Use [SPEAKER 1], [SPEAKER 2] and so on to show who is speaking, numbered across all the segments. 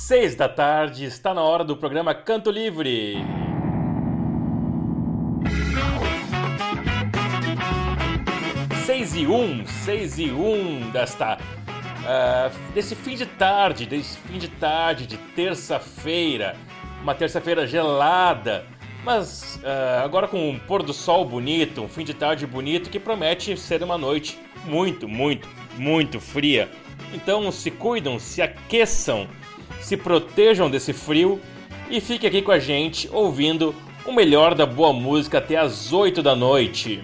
[SPEAKER 1] 6 da tarde, está na hora do programa Canto Livre. Seis e um desse fim de tarde de terça-feira, uma terça-feira gelada, mas agora com um pôr do sol bonito, um fim de tarde bonito que promete ser uma noite muito fria. Então se cuidam, se aqueçam, se protejam desse frio e fique aqui com a gente ouvindo o melhor da boa música até as 8 da noite.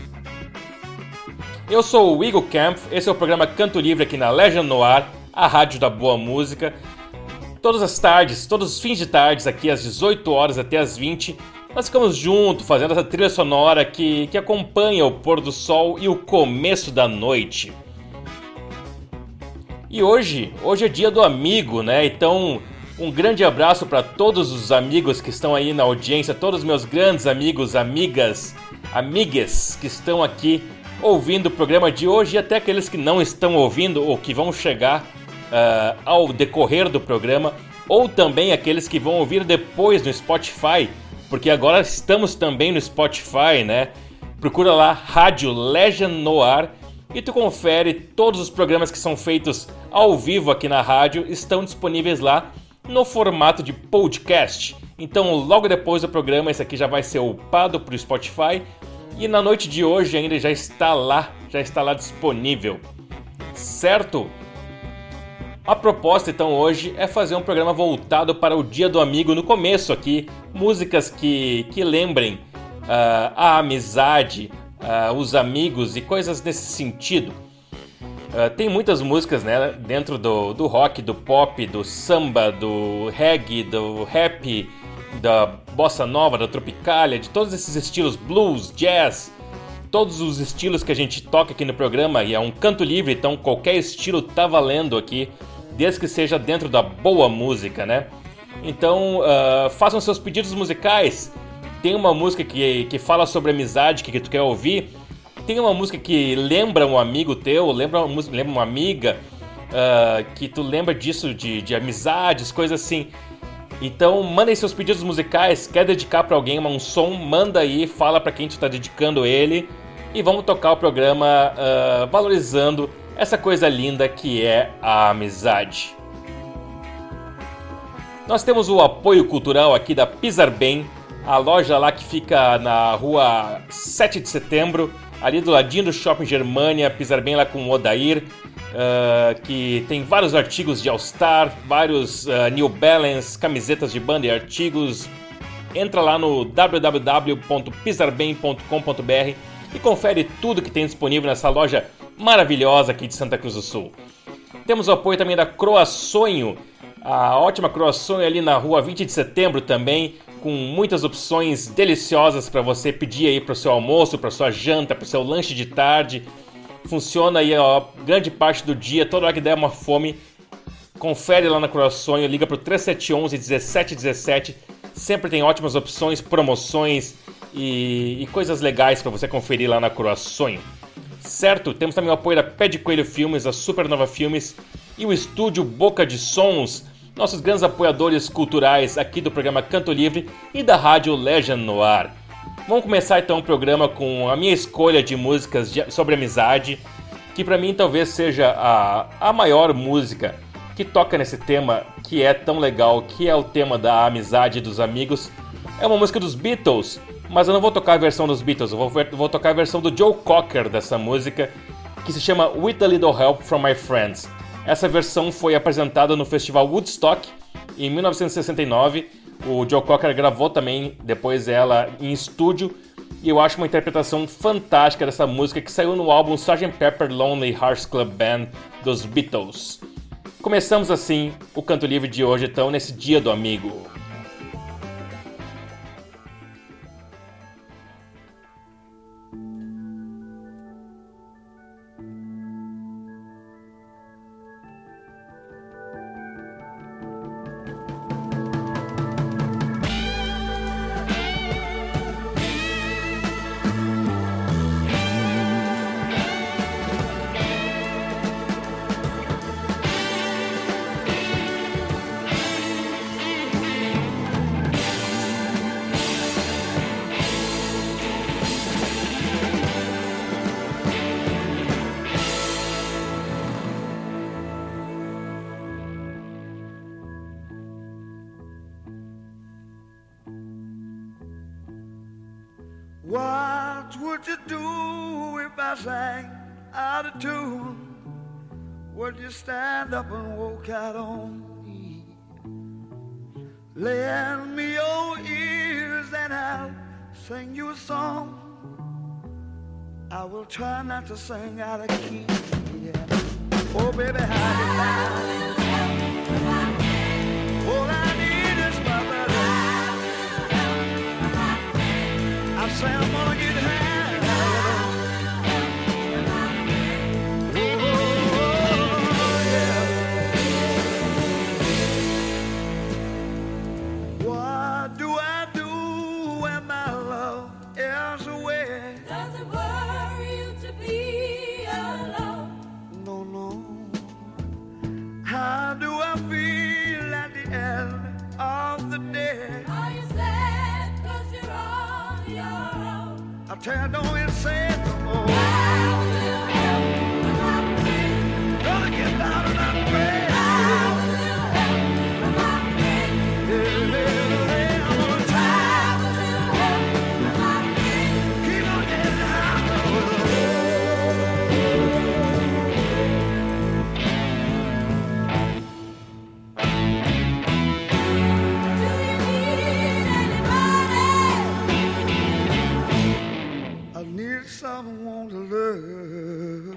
[SPEAKER 1] Eu sou o Igor Kempf, esse é o programa Canto Livre aqui na Legend Noir, a rádio da boa música. Todas as tardes, todos os fins de tardes, aqui às 18 horas até às 20, nós ficamos juntos fazendo essa trilha sonora que acompanha o pôr do sol e o começo da noite. E hoje é dia do amigo, né? Então, um grande abraço para todos os amigos que estão aí na audiência, todos os meus grandes amigos, amigas que estão aqui ouvindo o programa de hoje e até aqueles que não estão ouvindo ou que vão chegar ao decorrer do programa, ou também aqueles que vão ouvir depois no Spotify, porque agora estamos também no Spotify, né? Procura lá Rádio Legend Noir e tu confere todos os programas que são feitos ao vivo aqui na rádio, estão disponíveis lá no formato de podcast. Então logo depois do programa esse aqui já vai ser upado para o Spotify e na noite de hoje ainda já está lá disponível, certo? A proposta então hoje é fazer um programa voltado para o Dia do Amigo. No começo aqui, músicas que lembrem a amizade, os amigos e coisas nesse sentido. Tem muitas músicas, né, dentro do rock, do pop, do samba, do reggae, do rap, da bossa nova, da tropicália, de todos esses estilos, blues, jazz, todos os estilos que a gente toca aqui no programa, e é um canto livre, então qualquer estilo tá valendo aqui, desde que seja dentro da boa música, né? Então façam seus pedidos musicais. Tem uma música que fala sobre amizade que tu quer ouvir, tem uma música que lembra um amigo teu, lembra uma amiga, que tu lembra disso, de amizades, coisas assim. Então mandem seus pedidos musicais, quer dedicar para alguém um som, manda aí, fala para quem tu tá dedicando ele e vamos tocar o programa valorizando essa coisa linda que é a amizade. Nós temos o apoio cultural aqui da Pisar Bem, a loja lá que fica na rua 7 de setembro, ali do ladinho do Shopping Germania. Pisar Bem lá com o Odair, que tem vários artigos de All Star, vários New Balance, camisetas de banda e artigos. Entra lá no www.pisarbem.com.br e confere tudo que tem disponível nessa loja maravilhosa aqui de Santa Cruz do Sul. Temos o apoio também da Croaçonho, a ótima Croaçonho ali na rua 20 de setembro também, com muitas opções deliciosas para você pedir aí para o seu almoço, para sua janta, para o seu lanche de tarde. Funciona aí grande parte do dia, toda hora que der uma fome, confere lá na Croaçonho, liga para o 3711-1717, sempre tem ótimas opções, promoções e coisas legais para você conferir lá na Croaçonho. Certo? Temos também o apoio da Pé de Coelho Filmes, a Supernova Filmes e o Estúdio Boca de Sons, nossos grandes apoiadores culturais aqui do programa Canto Livre e da Rádio Legend Noir. Vamos começar então o programa com a minha escolha de músicas sobre amizade, que para mim talvez seja a maior música que toca nesse tema que é tão legal, que é o tema da amizade e dos amigos. É uma música dos Beatles, mas eu não vou tocar a versão dos Beatles, eu vou tocar a versão do Joe Cocker dessa música, que se chama With a Little Help from My Friends. Essa versão foi apresentada no Festival Woodstock em 1969. O Joe Cocker gravou também depois ela em estúdio e eu acho uma interpretação fantástica dessa música que saiu no álbum Sgt. Pepper Lonely Hearts Club Band dos Beatles. Começamos assim o Canto Livre de hoje, então, nesse Dia do Amigo.
[SPEAKER 2] What would you do if I sang out of tune? Would you stand up and walk out on me? Lend me your ears and I'll sing you a song. I will try not to sing out of key. Yeah. Oh, baby, how you like? All I need is my brother. I say I'm gonna get high. Tell don't you say it no more. Gonna get out of that bed. I'm gonna try. Keep on getting out. Someone to love.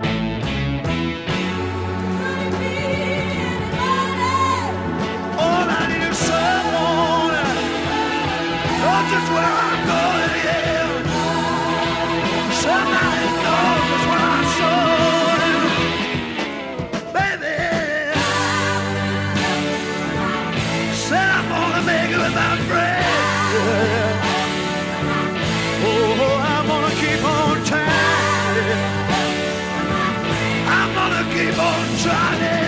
[SPEAKER 2] All I need is someone. Know just where I'm going, yeah. Somebody knows just where I'm going, baby. Said I'm gonna make it without bread. Oh, I'm gonna keep on trying. I'm gonna keep on trying.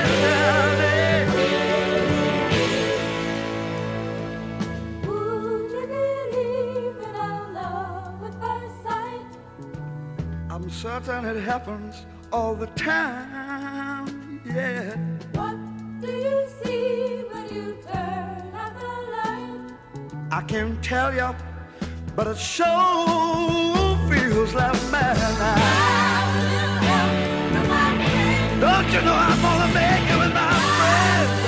[SPEAKER 3] Would you believe in our love at first sight?
[SPEAKER 2] I'm certain it happens all the time, yeah.
[SPEAKER 3] What do you see when you turn out the light?
[SPEAKER 2] I can't tell you, but it sure feels like madness. Don't you know I'm gonna make it with my friends?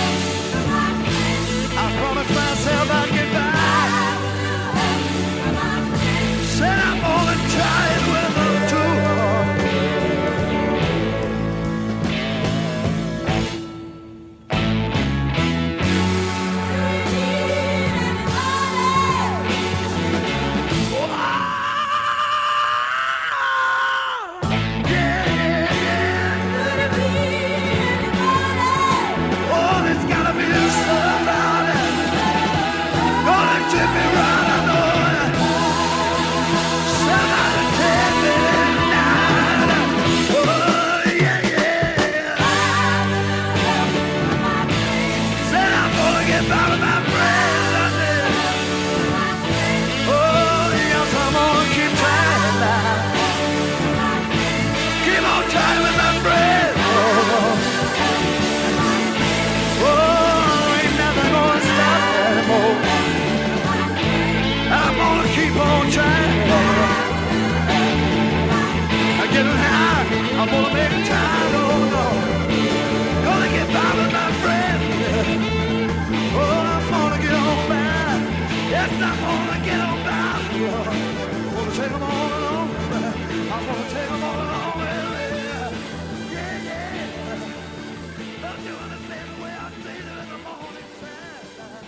[SPEAKER 2] I promised myself I'd get back. Said I'm gonna try it with them too. I'm gonna make a time, oh no. Gonna get by with my friend. Oh, I'm gonna get on by. Yes, I'm gonna get on by. I'm gonna take them all along. I'm gonna take them all along. Well, yeah, yeah. Don't you understand the way I feel in the morning sun?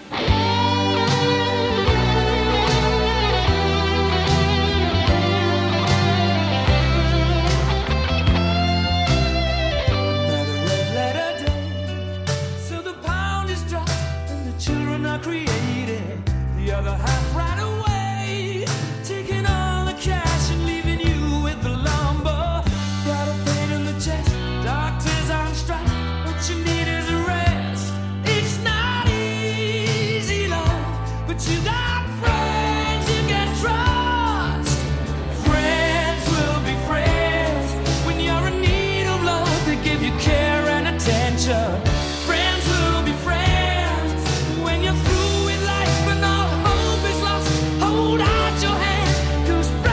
[SPEAKER 4] Created the other half right away, taking all the cash and leaving you with the lumber. Got a pain in the chest, doctors on strike. What you need is a rest. It's not easy, love, but you got friends you can trust. Friends will be friends when you're in need of love. They give you care and attention. Friends will be friends when you're through with life, but no hope is lost. Hold out your hand, 'cause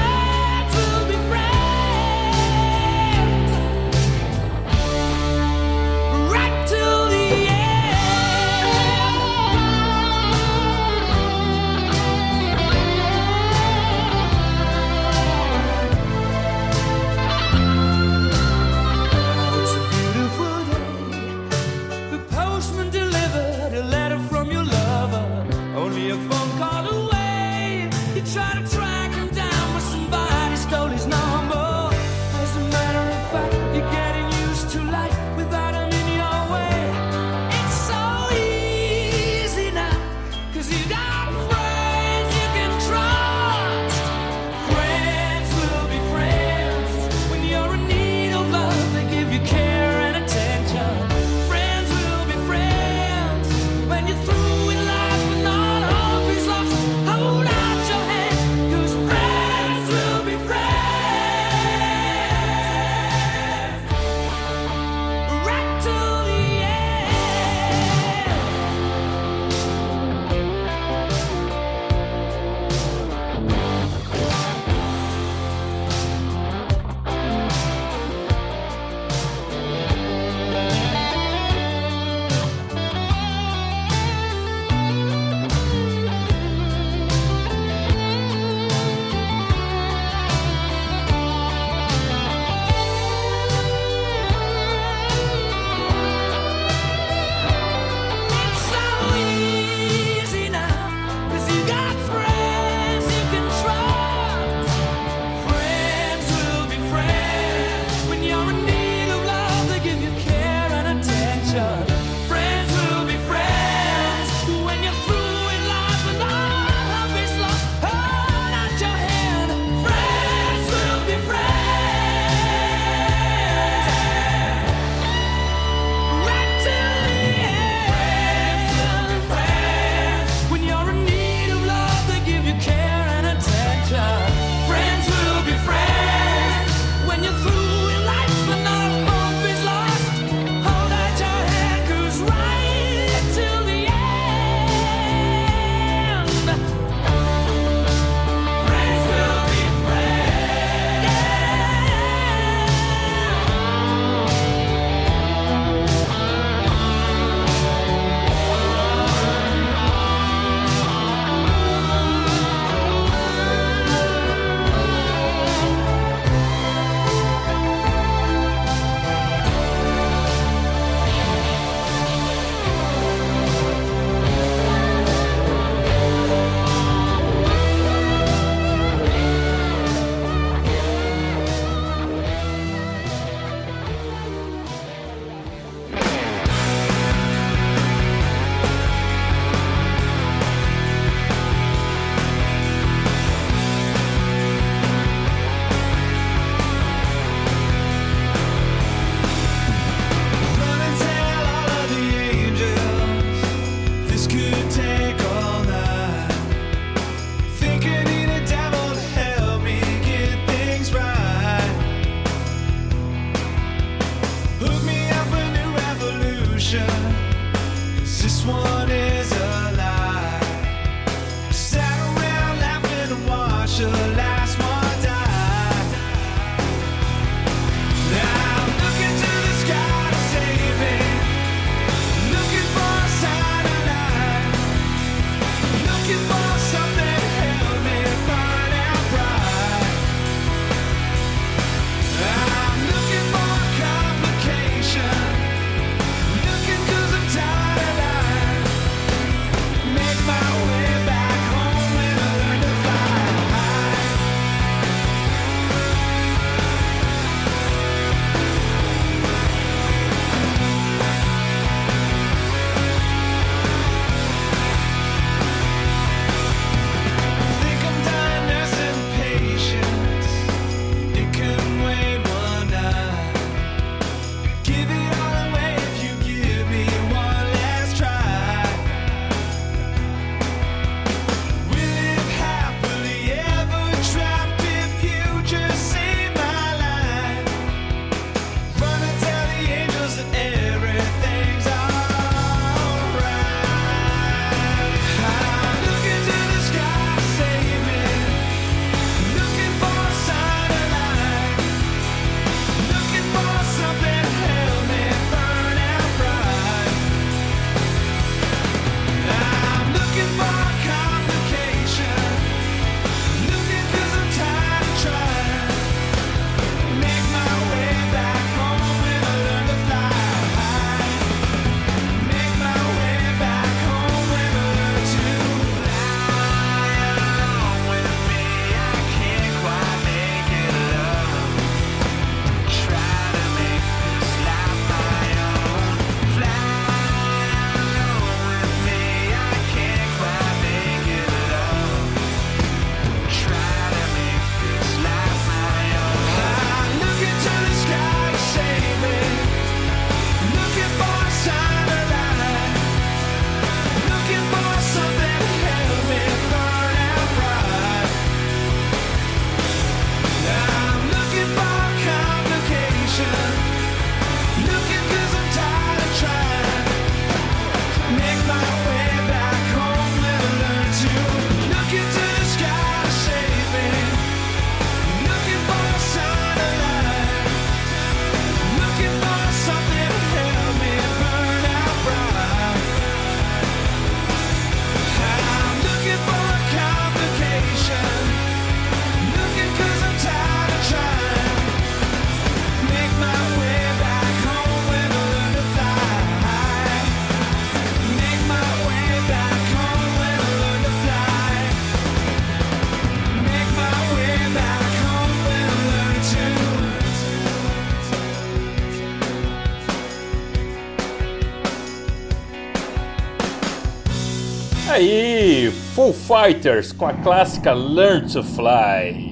[SPEAKER 1] Aí, Foo Fighters com a clássica Learn to Fly.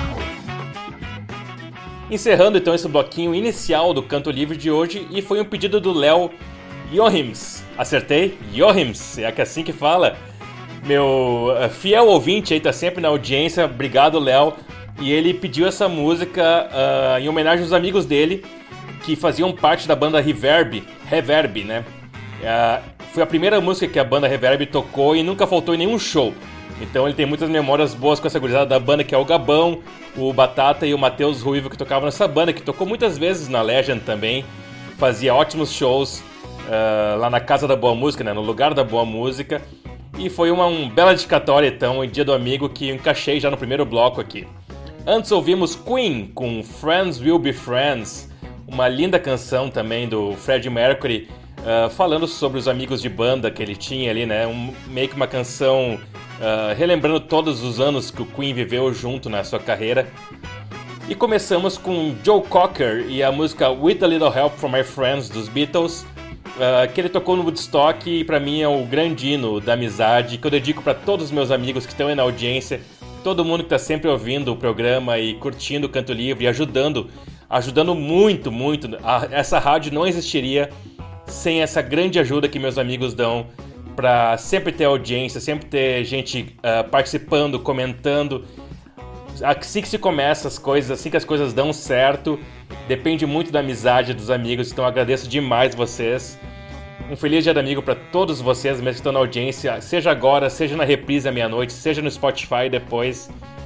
[SPEAKER 1] Encerrando então esse bloquinho inicial do Canto Livre de hoje, e foi um pedido do Léo Johims. Acertei? Johims, é assim que fala. Meu fiel ouvinte aí, tá sempre na audiência, obrigado Léo. E ele pediu essa música em homenagem aos amigos dele, que faziam parte da banda Reverb, né? Foi a primeira música que a banda Reverb tocou e nunca faltou em nenhum show. Então ele tem muitas memórias boas com essa gurizada da banda, que é o Gabão, o Batata e o Matheus Ruivo, que tocavam nessa banda, que tocou muitas vezes na Legend também. Fazia ótimos shows lá na Casa da Boa Música, né? No Lugar da Boa Música. E foi uma bela dedicatória, então, em Dia do Amigo, que eu encaixei já no primeiro bloco aqui. Antes ouvimos Queen com Friends Will Be Friends, uma linda canção também do Freddie Mercury, falando sobre os amigos de banda que ele tinha ali, né? Meio que uma canção relembrando todos os anos que o Queen viveu junto na sua carreira. E começamos com Joe Cocker e a música With a Little Help from My Friends dos Beatles, que ele tocou no Woodstock e pra mim é o grande hino da amizade, que eu dedico pra todos os meus amigos que estão aí na audiência, todo mundo que tá sempre ouvindo o programa e curtindo o Canto Livre e ajudando muito, muito. Essa rádio não existiria sem essa grande ajuda que meus amigos dão pra sempre ter audiência, sempre ter gente participando, comentando. Assim que se começa as coisas, assim que as coisas dão certo, depende muito da amizade dos amigos, então eu agradeço demais vocês. Um feliz Dia do Amigo para todos vocês, mesmo que estão na audiência, seja agora, seja na reprise à meia-noite, seja no Spotify depois.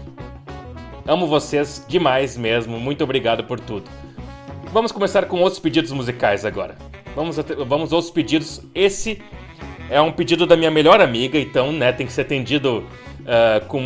[SPEAKER 1] Amo vocês demais mesmo, muito obrigado por tudo. Vamos começar com outros pedidos musicais agora. Vamos aos outros pedidos. Esse é um pedido da minha melhor amiga, então, né, tem que ser atendido com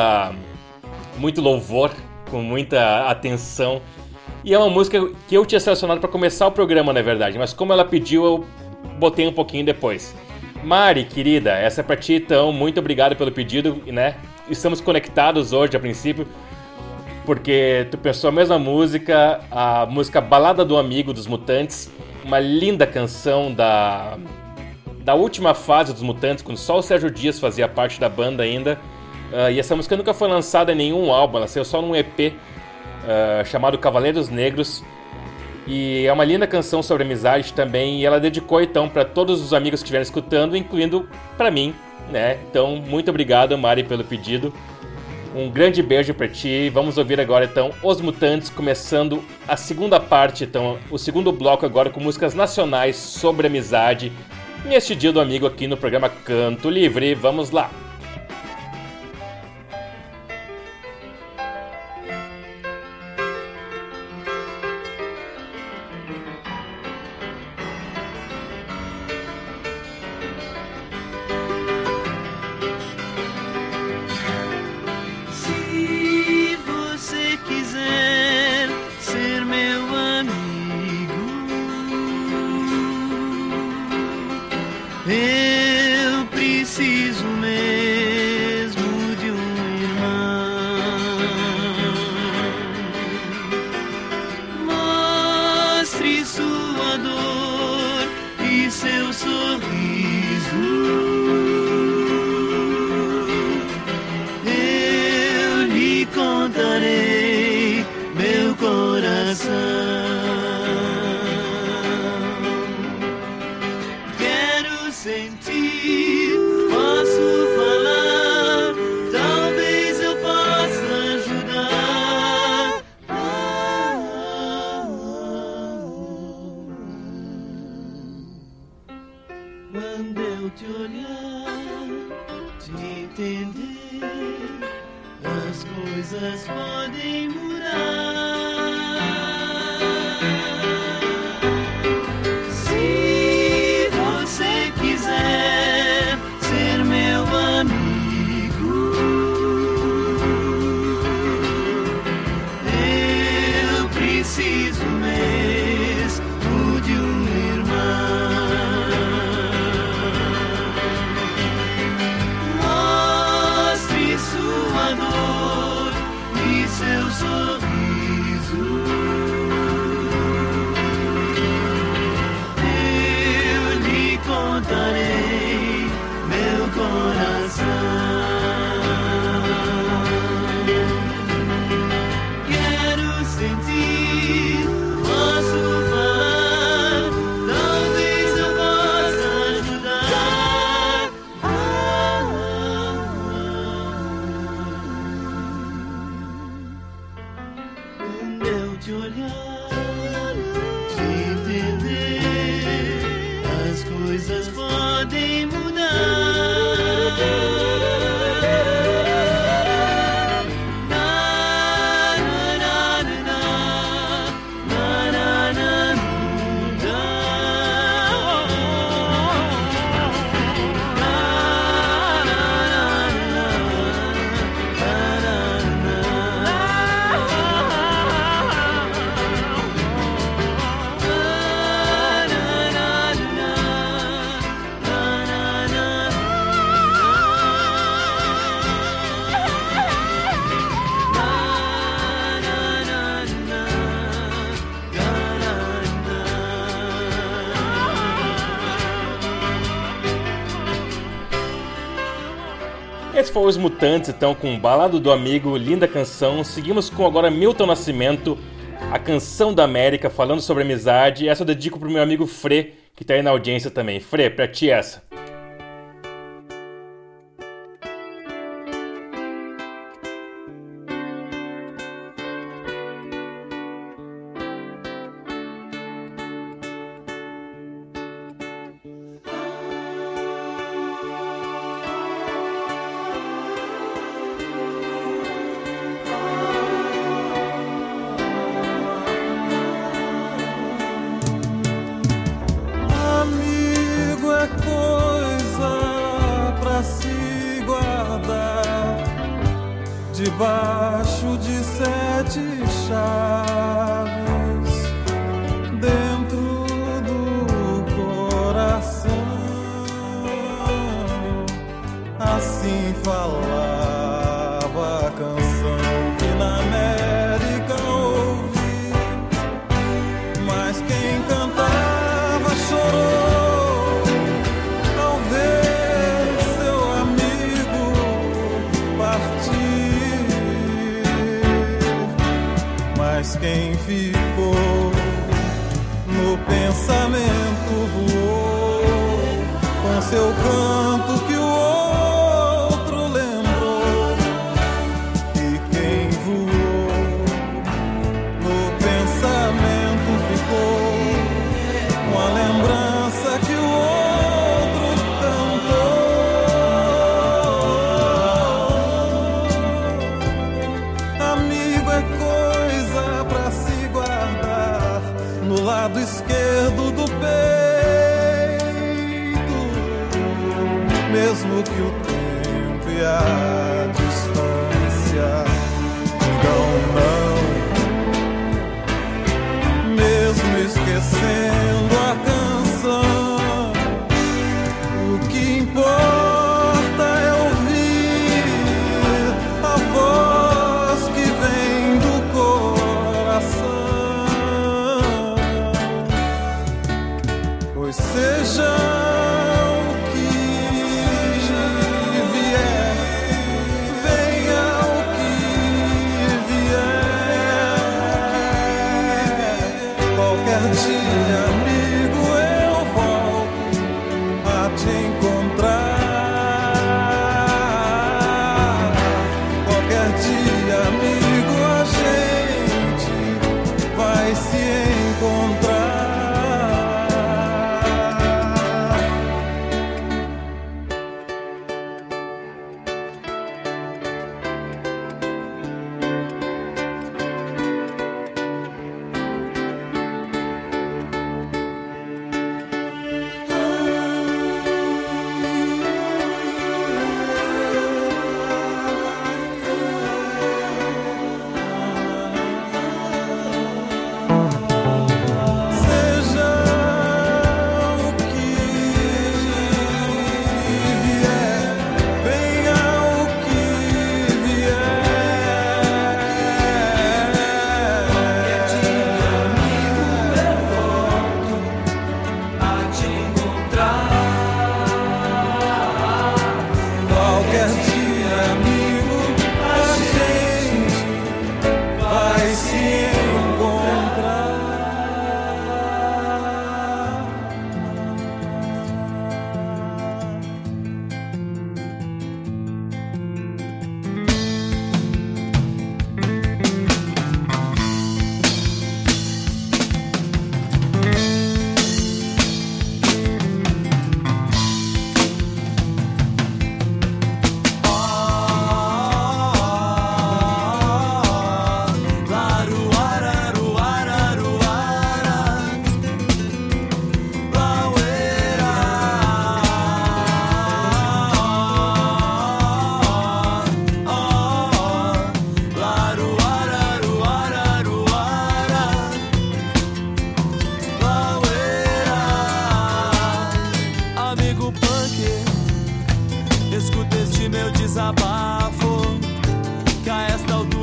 [SPEAKER 1] muito louvor, com muita atenção. E é uma música que eu tinha selecionado para começar o programa, na verdade, mas como ela pediu, eu botei um pouquinho depois. Mari, querida, essa é pra ti, então, muito obrigado pelo pedido, né? Estamos conectados hoje, a princípio, porque tu pensou a mesma música, a música Balada do Amigo dos Mutantes, uma linda canção da última fase dos Mutantes, quando só o Sérgio Dias fazia parte da banda ainda. E essa música nunca foi lançada em nenhum álbum, ela saiu só num EP chamado Cavaleiros Negros. E é uma linda canção sobre amizade também, e ela dedicou então para todos os amigos que estiverem escutando, incluindo para mim, né? Então, muito obrigado, Mari, pelo pedido. Um grande beijo para ti. Vamos ouvir agora então Os Mutantes, começando a segunda parte, então, o segundo bloco agora com músicas nacionais sobre amizade, neste Dia do Amigo aqui no programa Canto Livre. Vamos lá!
[SPEAKER 2] Eu preciso mesmo de um irmão. Mostre sua dor e seu sorriso. Eu lhe contarei meu coração. Sentir, posso falar, talvez eu possa ajudar. Quando eu te olhar, te entender, as coisas podem mudar. Ser meu amigo, eu preciso mesmo de um irmão. Mostre sua dor e seu sorriso.
[SPEAKER 5] te olhar, te entender, as coisas podem mudar.
[SPEAKER 1] Esses foram os Mutantes, então, com Balada do Amigo, linda canção. Seguimos com agora Milton Nascimento, a canção da América, falando sobre amizade. Essa eu dedico pro meu amigo Frê, que tá aí na audiência também. Frê, pra ti essa.
[SPEAKER 6] Amigo é coisa pra se guardar debaixo de 7 chaves dentro do coração. Assim falava a canção que na América ouvi, mas quem cantava chorou ao ver seu amigo partir. Mas quem ficou no pensamento voou com seu canto que o outro lembrou. E quem voou no pensamento ficou com a lembrança que o outro cantou. Amigo é coisa pra se guardar no lado esquerdo do peito, mesmo que o tempo e a distância digam não, mesmo esquecendo a canção. O que importa é ouvir a voz que vem do coração, pois seja o que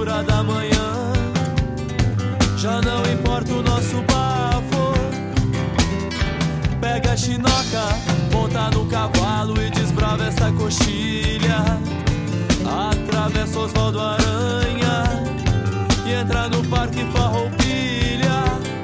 [SPEAKER 6] altura da manhã. Já não importa o nosso bafo. Pega a chinoca, monta no cavalo e desbrava esta coxilha. Atravessa Osvaldo Aranha e entra no Parque Farroupilha.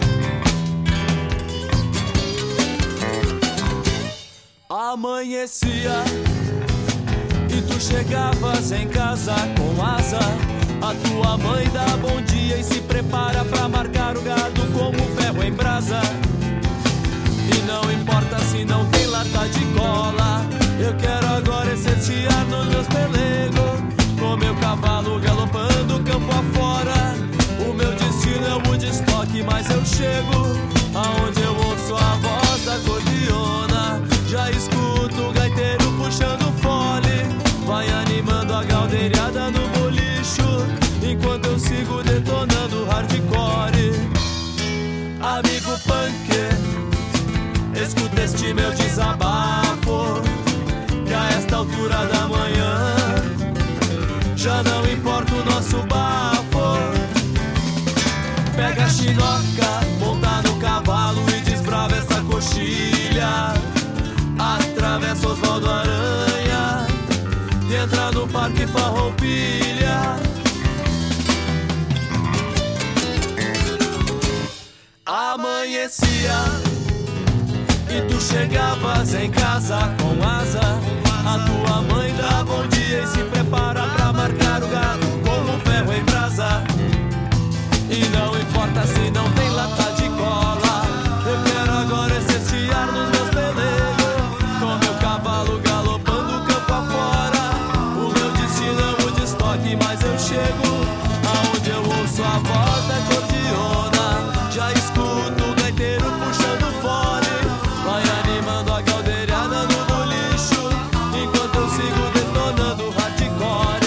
[SPEAKER 6] Amanhecia e tu chegavas em casa com asa. A tua mãe dá bom dia e se prepara pra marcar o gado como ferro em brasa. E não importa se não tem lata de cola, eu quero agora exercitar nos meus pelegos, com meu cavalo galopando campo afora. O meu destino é o Woodstock, mas eu chego aonde eu ouço a voz da acordeona. Já escuto o gaiteiro puxando fole, vai animando a galdeirada no bolicho, enquanto eu sigo detonando hardcore. Amigo punk, escuta este meu desabafo, que a esta altura da manhã já não importa o nosso bafo. Pega a chinoca, monta no cavalo e desbrava essa coxilha. Atravessa Osvaldo Aranha e entra no Parque Farroupilha. Amanhecia e tu chegavas em casa com asa. A tua mãe dá bom dia e se prepara pra marcar o gado como ferro em brasa. E não importa se não tem lata de cola, eu quero agora exercitar nos meus pelegos, com meu cavalo galopando campo afora. O meu destino é o Woodstock, mas eu chego aonde eu ouço a voz da acordeona. Já escuto o gaiteiro puxando fole, vai animando a galdeirada no bolicho, enquanto eu sigo detonando hardcore.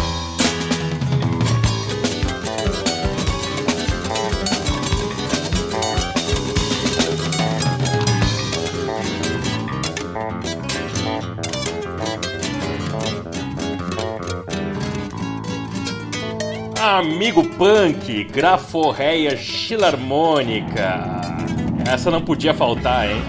[SPEAKER 1] Amigo Punk, Graforreia Filarmônica. Essa não podia faltar, hein?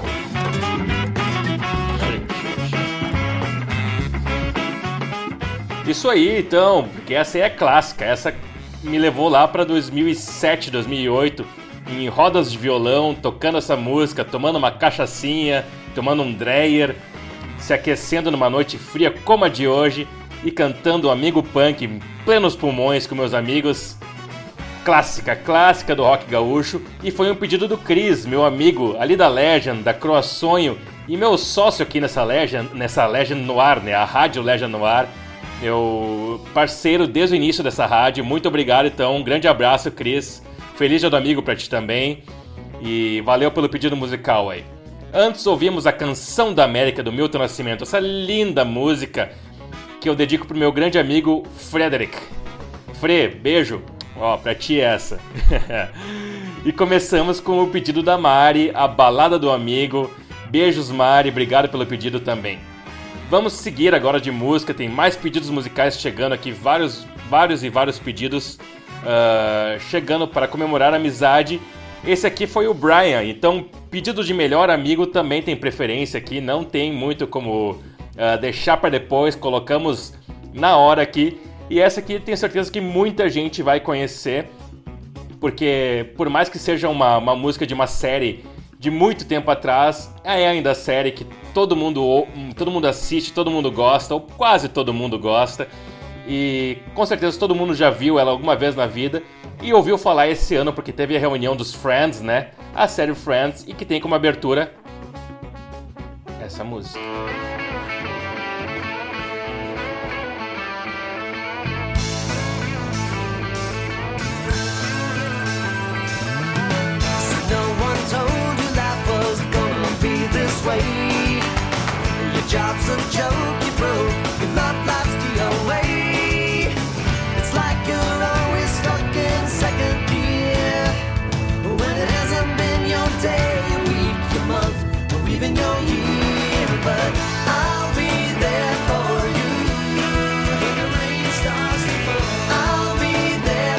[SPEAKER 1] Isso aí, então, porque essa aí é clássica. Essa me levou lá pra 2007, 2008, em rodas de violão, tocando essa música, tomando uma cachaçinha, tomando um Dreyer, se aquecendo numa noite fria como a de hoje e cantando Amigo Punk em plenos pulmões com meus amigos. Clássica do rock gaúcho. E foi um pedido do Cris, meu amigo ali da Legend, da Croaçonho, e meu sócio aqui nessa Legend no ar, né? A Rádio Legend no ar. Meu parceiro desde o início dessa rádio. Muito obrigado, então. Um grande abraço, Cris. Feliz Dia do Amigo pra ti também. E valeu pelo pedido musical aí. Antes ouvimos a Canção da América do Milton Nascimento. Essa linda música que eu dedico pro meu grande amigo Frederick. Fre, beijo. Ó, pra ti essa. E começamos com o pedido da Mari, a Balada do Amigo. Beijos, Mari. Obrigado pelo pedido também. Vamos seguir agora de música. Tem mais pedidos musicais chegando aqui. Vários pedidos chegando para comemorar a amizade. Esse aqui foi o Brian. Então, pedido de melhor amigo também tem preferência aqui. Não tem muito como deixar para depois. Colocamos na hora aqui. E essa aqui tenho certeza que muita gente vai conhecer. Porque por mais que seja uma música de uma série de muito tempo atrás, é ainda a série que todo mundo assiste, todo mundo gosta, ou quase todo mundo gosta. E com certeza todo mundo já viu ela alguma vez na vida e ouviu falar esse ano porque teve a reunião dos Friends, né? A série Friends, e que tem como abertura essa música.
[SPEAKER 2] Your job's a joke, you broke. Your love life's the away. It's like you're always stuck in second gear, when it hasn't been your day, your week, your month, or even your year. But I'll be there for you when the rain starts to fall. I'll be there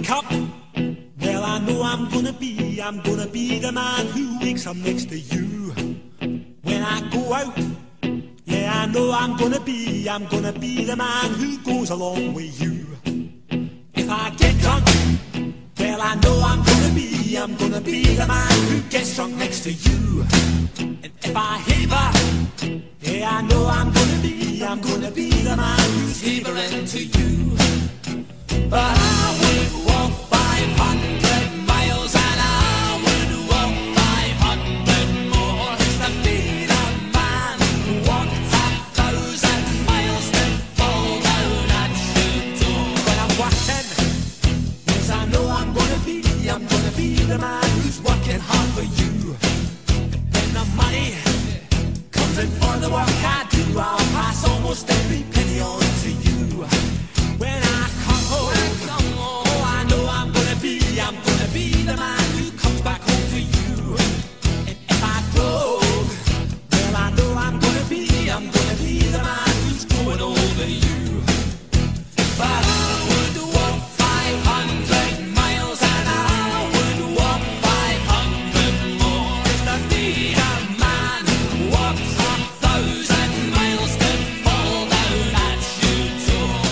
[SPEAKER 2] up, well, I know I'm gonna be the man who wakes up next to you. When I go out, yeah, I know I'm gonna be the man who goes along with you. If I get drunk, well, I know I'm gonna be the man who gets drunk next to you. And if I haver, yeah, I know I'm gonna be the man who's havering to you. But I would walk 500 miles and I would walk 500 more just to be the man who walked 1,000 miles to fall down at your door. When I'm working, yes, I know I'm gonna be the man who's working hard for you. When the money comes in for the work I do, I'll pass almost every penny on to you. When I come home, oh, I know I'm gonna be the man who comes back home to you. And if I go, well, I know I'm gonna be the man who's going over you. But I would walk 500 miles and I would walk 500 more just to be the man who walks 1,000 miles to fall down at your door.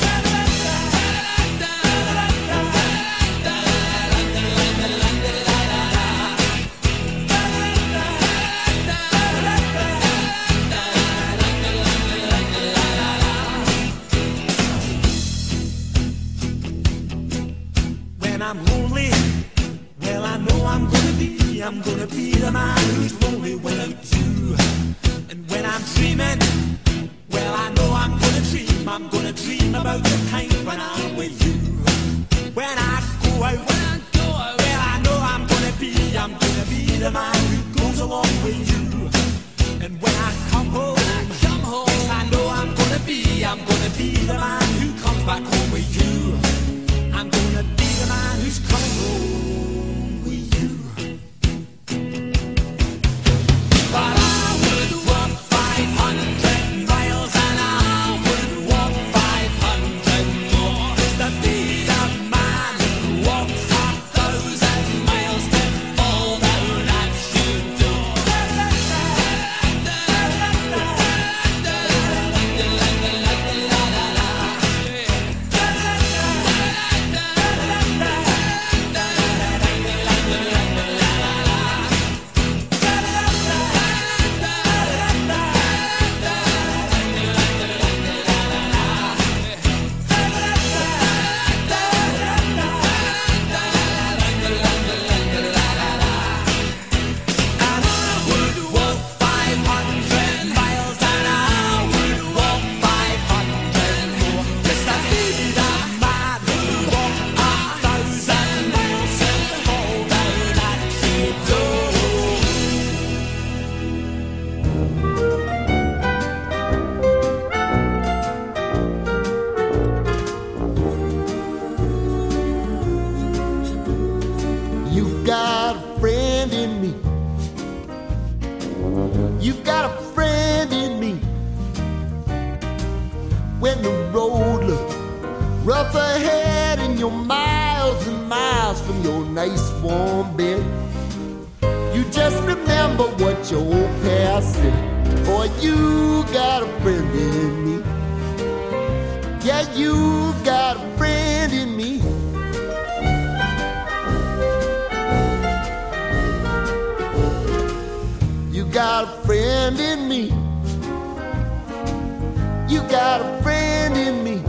[SPEAKER 2] When I'm lonely, well, I know I'm gonna be the man who's lonely without you. And when I'm dreaming, well, I know I'm gonna dream about the time when I'm with you. When I go out, well, I know I'm gonna be the man who goes along with you. And when I come home, yes, I know I'm gonna be the man who comes back home with you. I'm gonna be the man who's coming home with you. But I would walk 500 miles and I would walk 500 more just to be the man who walks 1,000 miles to fall down at your door. And I would walk 500 miles and I would walk 500 more just to be the man who walked 1,000 miles and fall down at your door.
[SPEAKER 7] You've got a friend in me. You've got a friend in me. When the road looks rough ahead and you're miles and miles from your nice warm bed, you just remember what your old past said. Boy, you got a friend in me. Yeah, you've got a friend in me. You got a friend in me. You got a friend in me.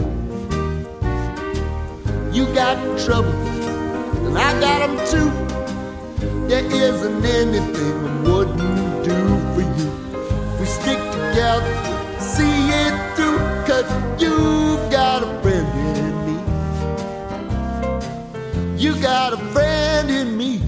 [SPEAKER 7] You got trouble, and I got them too. There isn't anything I wouldn't do for you. We stick together, see it through, 'cause you've got a friend in me. You got a friend in me.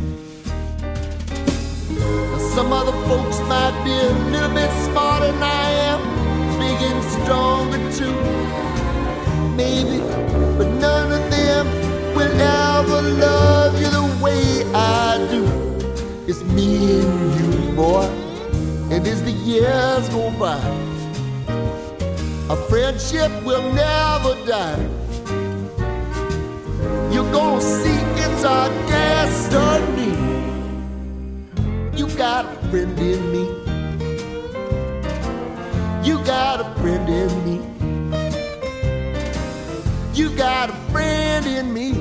[SPEAKER 7] Some other folks might be a little bit smarter than I am, big and stronger too, maybe, but none of them will ever love you the way I do. It's me and you, boy, and as the years go by, a friendship will never die. You're gonna see words are destiny. You got a friend in me. You got a friend in me. You got a friend in me.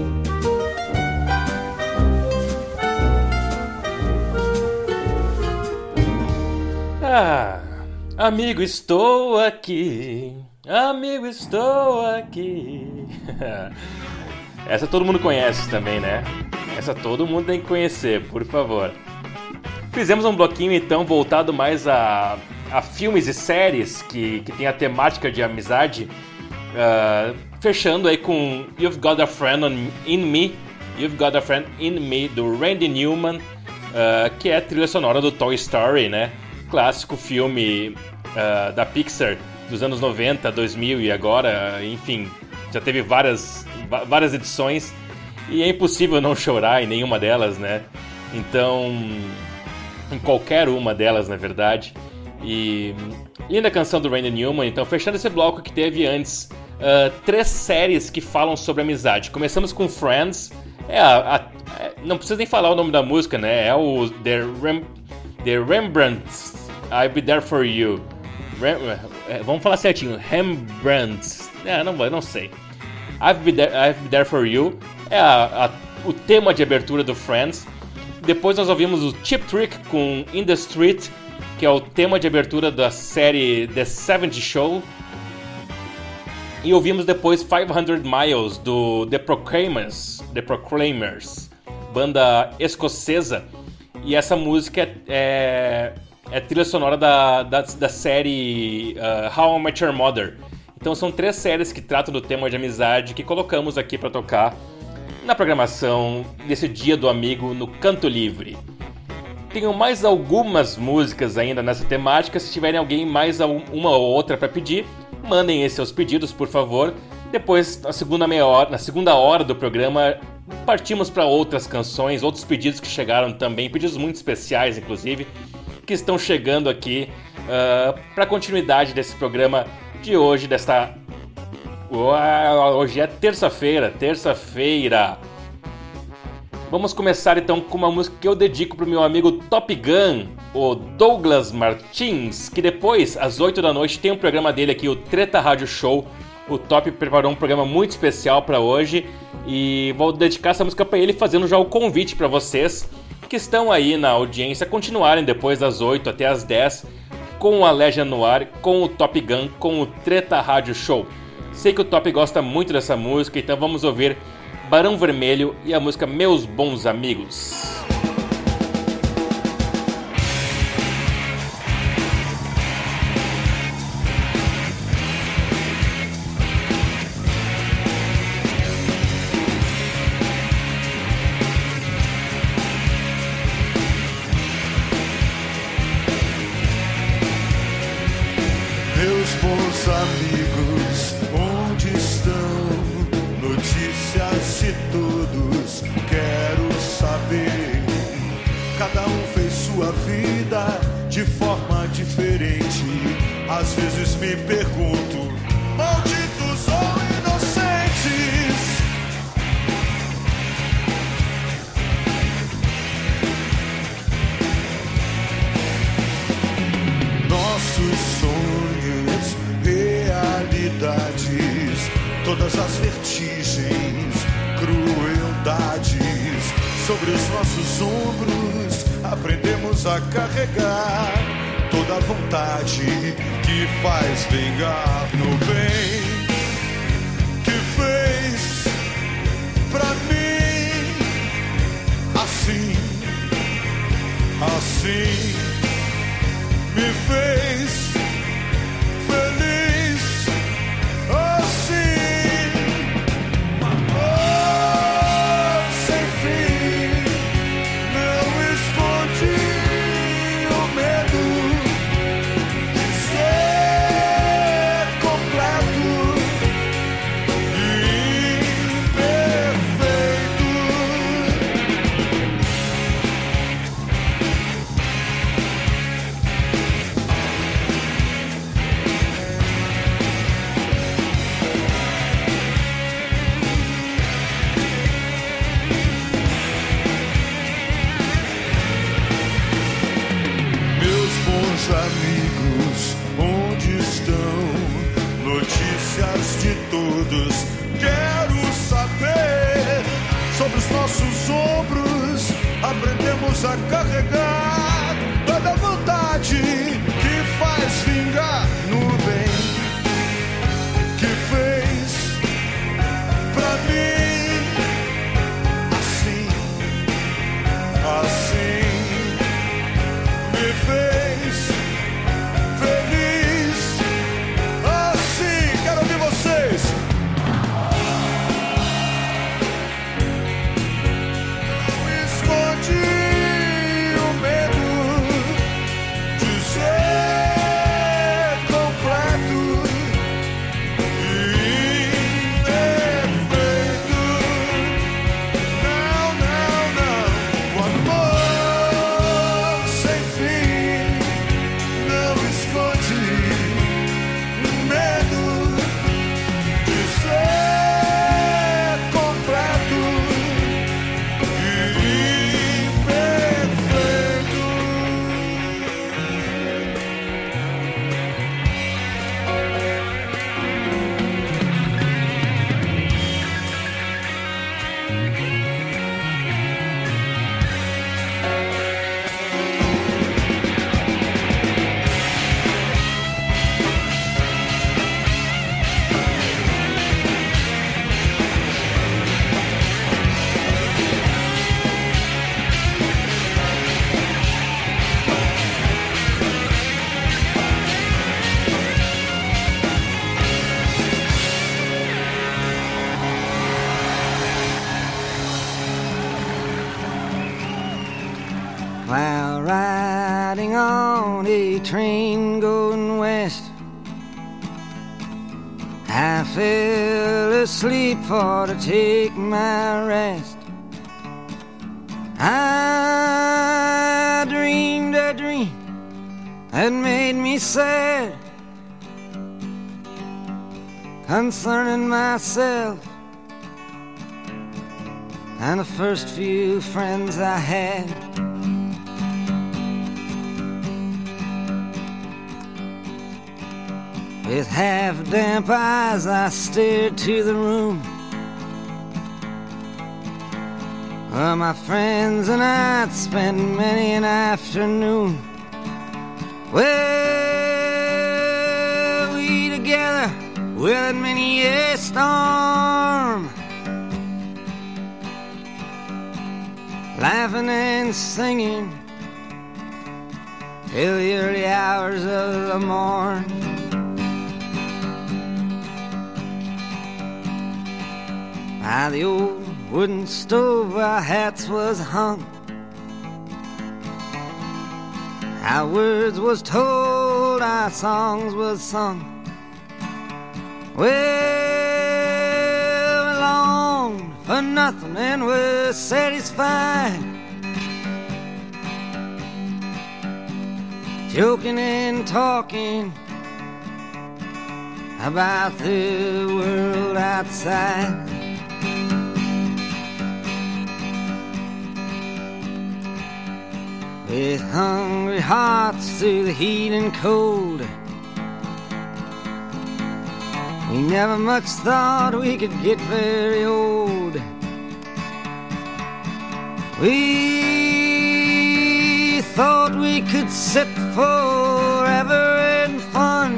[SPEAKER 1] Ah, amigo, estou aqui. Amigo, estou aqui. Essa todo mundo conhece também, né? Essa todo mundo tem que conhecer, por favor. Fizemos um bloquinho então voltado mais a filmes e séries que tem a temática de amizade, fechando aí com You've Got a Friend in Me, You've Got a Friend in Me, do Randy Newman, que é a trilha sonora do Toy Story, né? Clássico filme da Pixar dos anos 90, 2000 e agora, enfim, já teve várias edições e é impossível não chorar em nenhuma delas, né? Então, em qualquer uma delas, na verdade. E linda canção do Randy Newman. Então, fechando esse bloco que teve antes 3 séries que falam sobre amizade. Começamos com Friends. Não precisa nem falar o nome da música, né? É o The Rembrandts, I'll Be There For You. Vamos falar certinho. Rembrandts. Não sei. I'll Be There For You é o tema de abertura do Friends. Depois nós ouvimos o Cheap Trick com In The Street, que é o tema de abertura da série The 70 Show. E ouvimos depois 500 Miles do The Proclaimers, banda escocesa. E essa música é trilha sonora da série How I Met Your Mother. Então são 3 séries que tratam do tema de amizade que colocamos aqui para tocar na programação desse Dia do Amigo no Canto Livre. Tenho mais algumas músicas ainda nessa temática. Se tiverem alguém mais uma ou outra para pedir, mandem esses seus pedidos, por favor. Depois, na segunda hora do programa, partimos para outras canções, outros pedidos que chegaram também, pedidos muito especiais, inclusive, que estão chegando aqui para a continuidade desse programa de hoje, hoje é terça-feira. Vamos começar então com uma música que eu dedico pro meu amigo Top Gun, o Douglas Martins, que depois, às 8 da noite, tem um programa dele aqui, o Treta Rádio Show. O Top preparou um programa muito especial para hoje e vou dedicar essa música para ele, fazendo já o convite para vocês que estão aí na audiência continuarem depois das 8 até as 10 com a Legend no ar, com o Top Gun, com o Treta Rádio Show. Sei que o Top gosta muito dessa música, então vamos ouvir Barão Vermelho e a música Meus Bons Amigos.
[SPEAKER 2] Meus bons amigos, onde estão? Notícias de todos, quero saber. Cada um fez sua vida de forma diferente. Às vezes me pergunto, malditos ou inocentes? Nossos sonhos, realidades, todas as vertigens, crueldades, sobre os nossos ombros aprendemos a carregar toda a vontade que faz vingar no bem que fez pra mim. Assim me fez feliz. Assim, amor sem fim, não escondi o medo de ser completo e imperfeito. possa carregar toda a vontade que faz vingar no bem que fez pra mim. Assim, assim me fez feliz. Assim, quero ouvir vocês. Esconde o medo de ser completo e imperfeito. Não, não, não. O amor sem fim não esconde o medo de ser completo e imperfeito.
[SPEAKER 8] While riding on a train going west, I fell asleep for to take my rest. I dreamed a dream that made me sad concerning myself and the first few friends I had. With half-damp eyes I stared to the room where my friends and I'd spent many an afternoon. Well, we together weathered many a storm, laughing and singing till the early hours of the morn. By the old wooden stove our hats was hung, our words was told, our songs was sung. Well, we longed for nothing and were satisfied, joking and talking about the world outside. With hungry hearts through the heat and cold, we never much thought we could get very old. We thought we could sit forever in fun,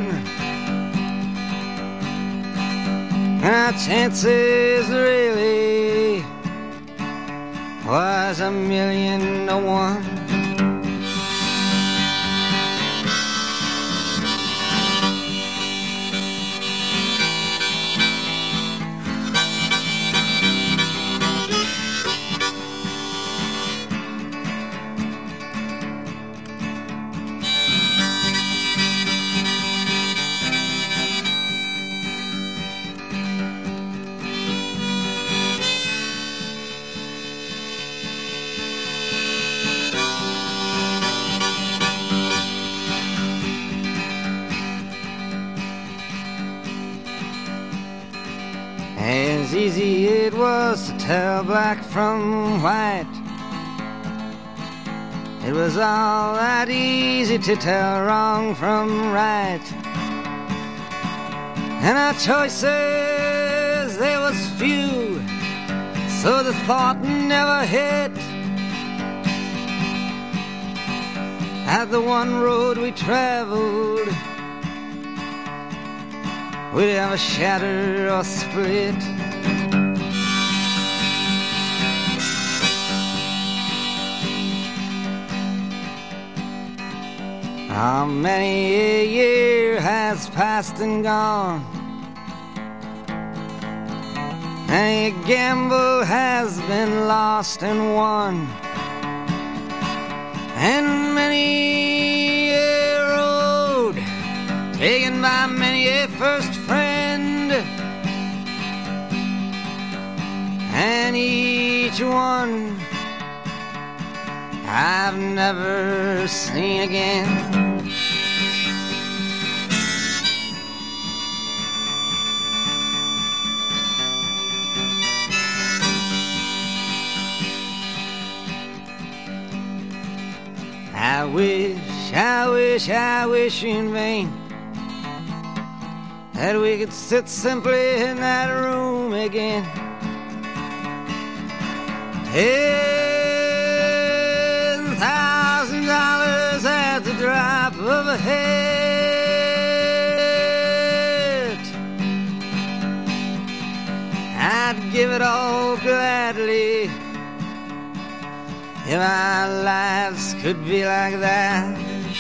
[SPEAKER 8] and our chances really was 1,000,000 to 1. As easy it was to tell black from white, it was all that easy to tell wrong from right. And our choices, they was few, so the thought never hit at the one road we traveled, we'd ever shatter or split. How many a year has passed and gone, many a gamble has been lost and won, and many a road taken by many a first friend, and each one I've never seen again. I wish in vain that we could sit simply in that room again. $10,000 at the drop of a hat, I'd give it all gladly if our lives could be like that.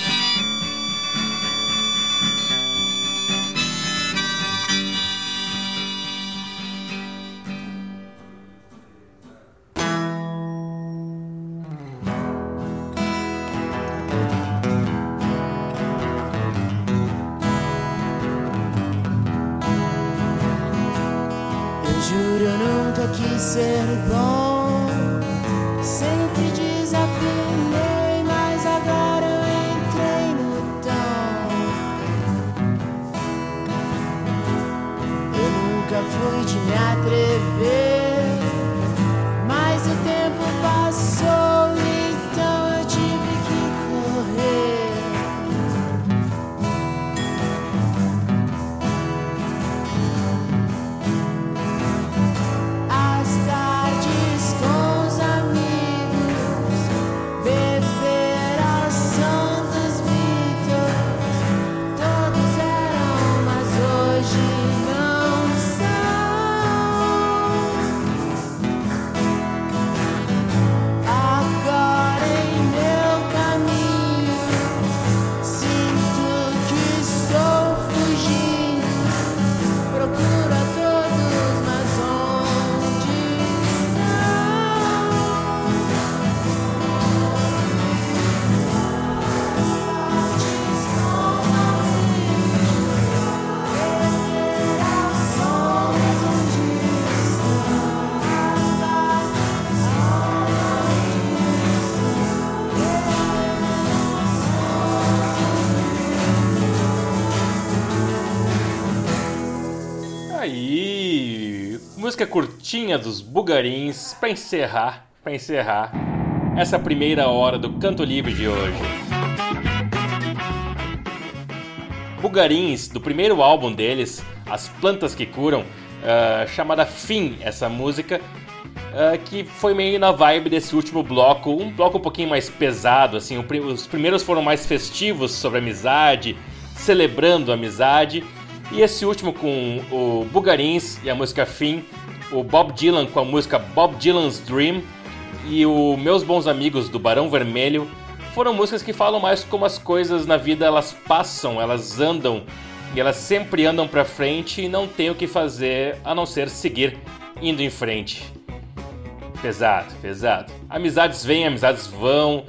[SPEAKER 9] Eu juro, eu nunca quis ser bom, sempre desafinei, mas agora eu entrei no tom. Eu nunca fui de me atrever, mas o tempo passou, então eu tive que correr. As tardes com os amigos, beber ao som dos Beatles, todos eram, mas hoje não são. Agora em meu caminho, sinto que estou fugindo, procuro a todos, mas onde
[SPEAKER 1] Aí, música curtinha dos Bugarins pra encerrar essa primeira hora do Canto Livre de hoje. Bugarins, do primeiro álbum deles, As Plantas que Curam, chamada Fim, essa música, que foi meio na vibe desse último bloco, um bloco um pouquinho mais pesado, assim, os primeiros foram mais festivos, sobre amizade, celebrando a amizade, e esse último com o Bugarins e a música Fim, o Bob Dylan com a música Bob Dylan's Dream e o Meus Bons Amigos do Barão Vermelho, foram músicas que falam mais como as coisas na vida elas passam, elas andam e elas sempre andam pra frente e não tem o que fazer a não ser seguir indo em frente. Pesado, pesado. Amizades vêm, amizades vão,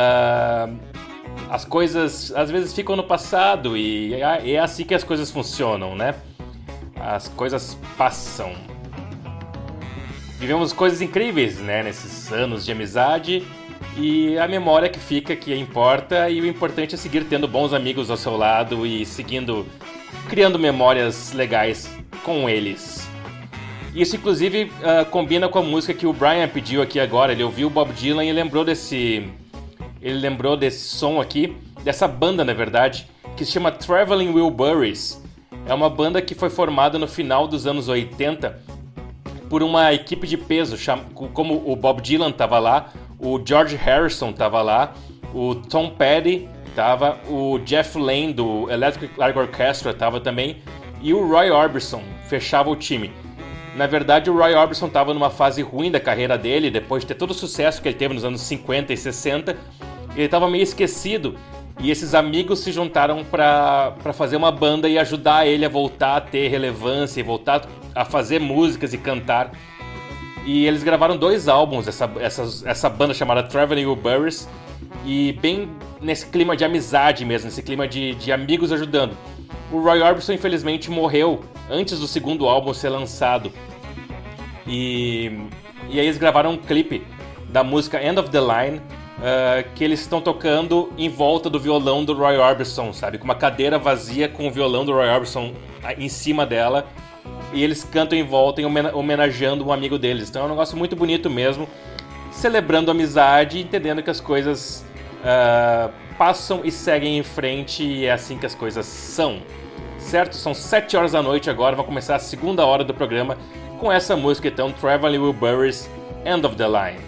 [SPEAKER 1] as coisas às vezes ficam no passado e é assim que as coisas funcionam, né? As coisas passam. Vivemos coisas incríveis, né, nesses anos de amizade e a memória que fica que importa, e o importante é seguir tendo bons amigos ao seu lado e seguindo, criando memórias legais com eles. Isso inclusive combina com a música que o Brian pediu aqui agora. Ele ouviu o Bob Dylan e lembrou desse som aqui, dessa banda na verdade, que se chama Traveling Wilburys. É uma banda que foi formada no final dos anos 80 por uma equipe de peso, como o Bob Dylan estava lá, o George Harrison estava lá o Tom Petty tava, o Jeff Lane do Electric Light Orchestra tava também, e o Roy Orbison fechava o time. Na verdade, o Roy Orbison estava numa fase ruim da carreira dele, depois de ter todo o sucesso que ele teve nos anos 50 e 60, ele estava meio esquecido, e esses amigos se juntaram para fazer uma banda e ajudar ele a voltar a ter relevância, e voltar a fazer músicas e cantar. E eles gravaram 2 álbuns, essa banda chamada Traveling Wilburys, e bem nesse clima de amizade mesmo, nesse clima de amigos ajudando. O Roy Orbison, infelizmente, morreu antes do segundo álbum ser lançado. E aí eles gravaram um clipe da música End of the Line, que eles estão tocando em volta do violão do Roy Orbison, sabe? Com uma cadeira vazia com o violão do Roy Orbison em cima dela. E eles cantam em volta, homenageando um amigo deles. Então é um negócio muito bonito mesmo, celebrando a amizade e entendendo que as coisas passam e seguem em frente, e é assim que as coisas são. Certo? São 7 horas da noite agora, vai começar a segunda hora do programa com essa música então, Traveling Wilburys, End of the Line.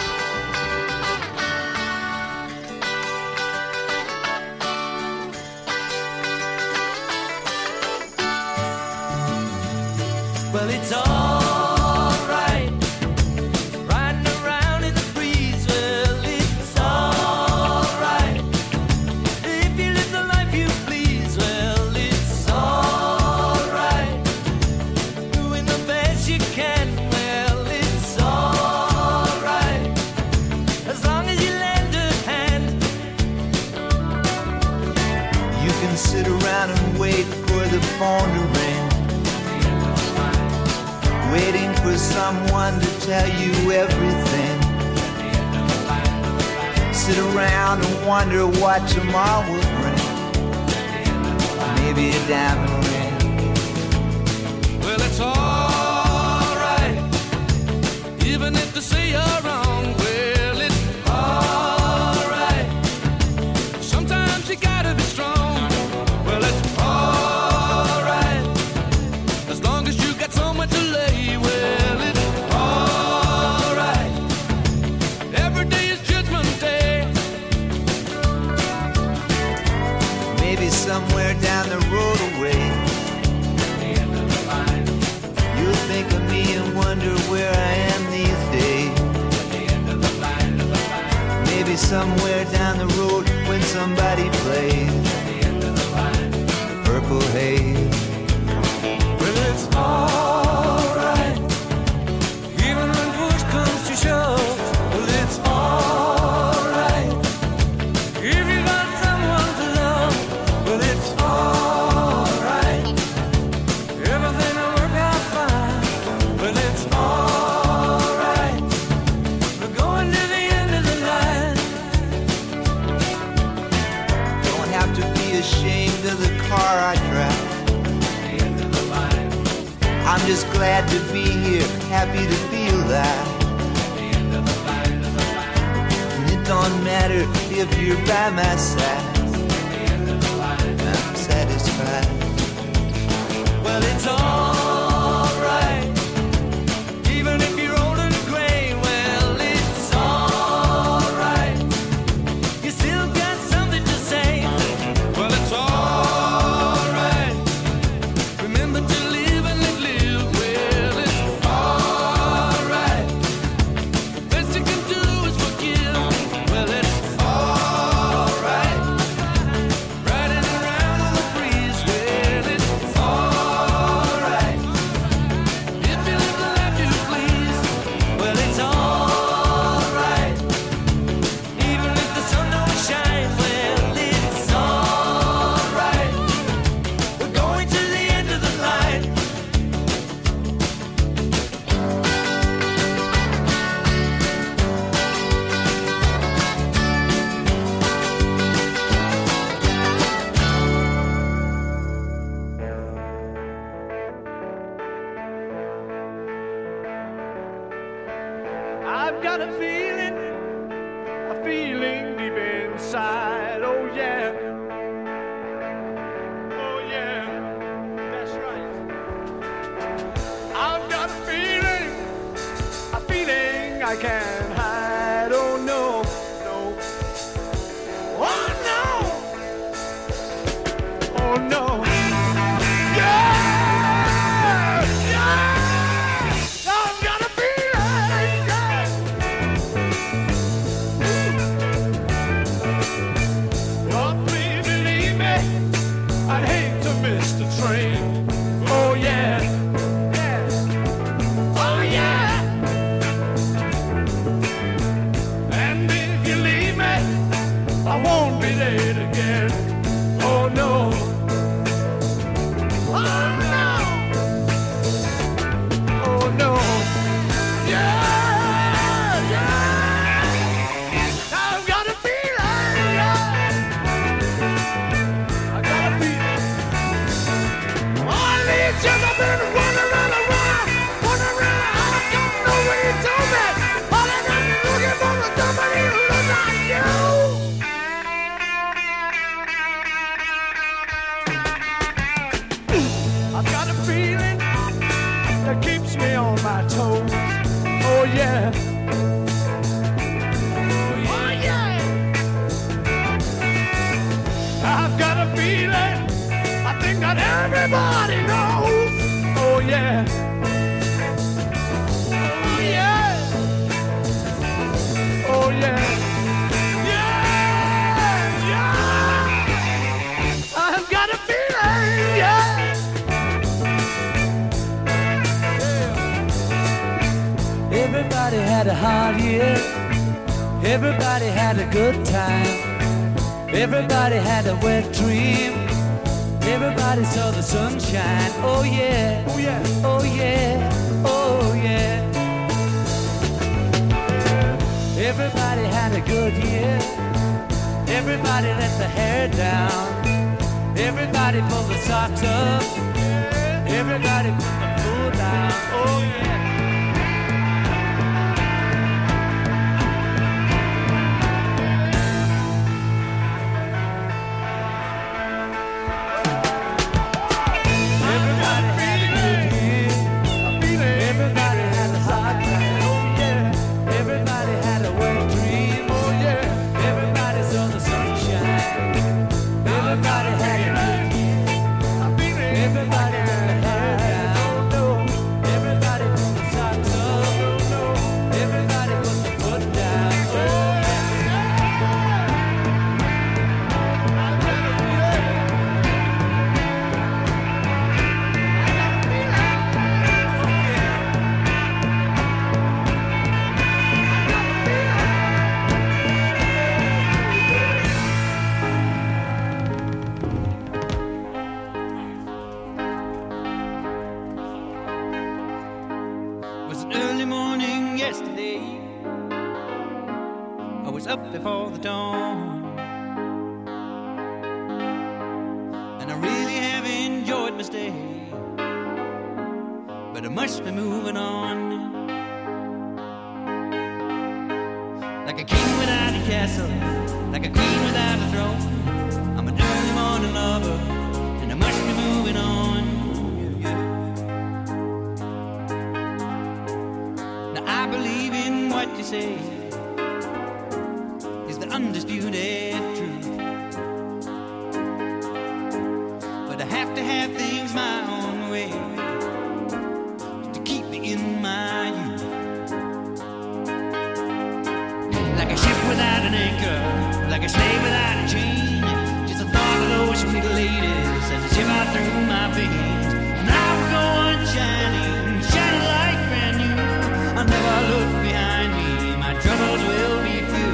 [SPEAKER 6] Well, it's alright, riding around in the breeze. Well, it's alright, if you live the life you please. Well, it's alright, doing the best you can. Well, it's alright, as long as you lend a hand. You can sit around and wait for the phone to ring, waiting for someone to tell you everything. Sit around and wonder what tomorrow will bring. Maybe a diamond ring. Well, it's alright, even if they say you're wrong. Well, it's alright, sometimes you gotta be strong. Well, it's alright, as long as you got someone to lay. Well, it's alright, every day is Judgment Day. Maybe somewhere down the road away, you'll think of me and wonder where I am these days. Maybe somewhere down the road when somebody plays Purple Haze. Well, it's alright, even when push comes to shove. Well, it's alright, if you got someone to love. Well, it's alright, everything will work out fine. Well, it's alright, we're going to the end of the line. Don't have to be ashamed of the car I drive. I'm just glad to be here, happy to be alive. And it don't matter if you're by my side, I'm satisfied. Well, it's alright, even if you're old and gray. Well, it's alright, you still got something to say. Well, it's alright, remember to live and live. Well, it's alright, best you can do is forgive. Well, it's alright, riding around on the breeze. Well, it's alright, if you live the life you please. Well, it's alright, even if the sun don't shine. Well, it's alright, we're going to the end of the line.
[SPEAKER 2] I've got a feeling deep inside. Oh yeah, that's right. I've got a feeling I can't hide. Oh no, no. Oh no. Yeah, yeah. I've got a feeling. Yeah. Oh, please believe me, I'd hate to miss the train. Oh yeah, yeah. Oh yeah. And if you leave me, I won't be late again. Oh no. Oh no. Oh no. Yeah, yeah. I've got a feeling. Yeah. I got a feeling. All these years I've been running around. I don't know what you told me. All I've been looking for was somebody who looks like you. I've got a feeling that keeps me on my toes. Oh yeah. Oh yeah. I've got a feeling I think that everybody knows. Oh yeah. Oh yeah. Oh yeah. Yeah, yeah. I've got a feeling, yeah.
[SPEAKER 6] Everybody had a hard year. Everybody had a good time. Everybody had a wet dream. Everybody saw the sunshine. Oh yeah.
[SPEAKER 2] Oh yeah.
[SPEAKER 6] Oh yeah. Oh yeah. Everybody had a good year. Everybody let the hair down. Everybody pulled the socks up. Everybody put the foot down. Oh yeah. Everybody had a good year. Everybody had a hard time. Oh yeah. Everybody had a wet dream. Oh yeah. Everybody saw the sunshine. Everybody had a good year. Everybody let the hair down. Everybody put the socks up. Everybody put the foot down. Oh
[SPEAKER 10] It was an early morning yesterday. I was up before the dawn, and I really have enjoyed my stay, but I must be moving on. Like a king without a castle, like a queen without a throne. I'm an early morning lover, and I must be moving on. Now I believe in what you say is the undisputed truth, but I have to have things my own way to keep me in my youth. Like a ship without an anchor, like a slave without a chain. Just a thought of those sweet ladies as they shiver through my veins. Now we go on shining, shining like brand new. I'll never look behind me, my troubles will be few.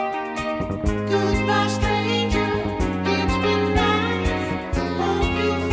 [SPEAKER 9] Goodbye, stranger. It's been nice. Hope you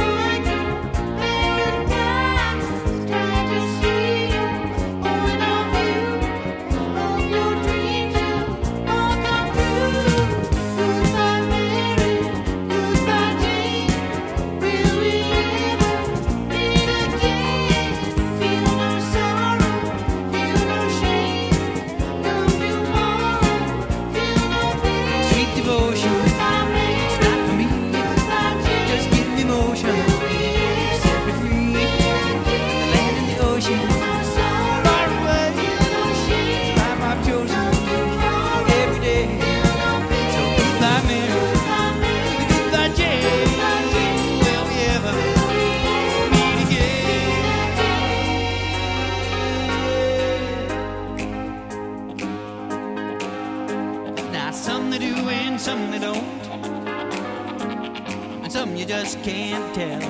[SPEAKER 10] and some you just can't tell.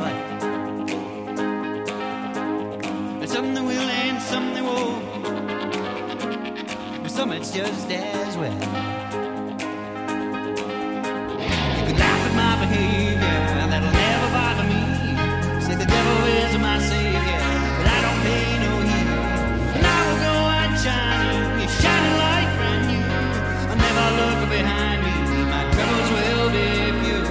[SPEAKER 10] And some they will and some they won't, but some it's just as well. You could laugh at my behavior, that'll never bother me. Say the devil is my savior, but I don't pay no heed. And I will go on shining, it's shining like brand new. I'll never look behind me, my troubles will be few.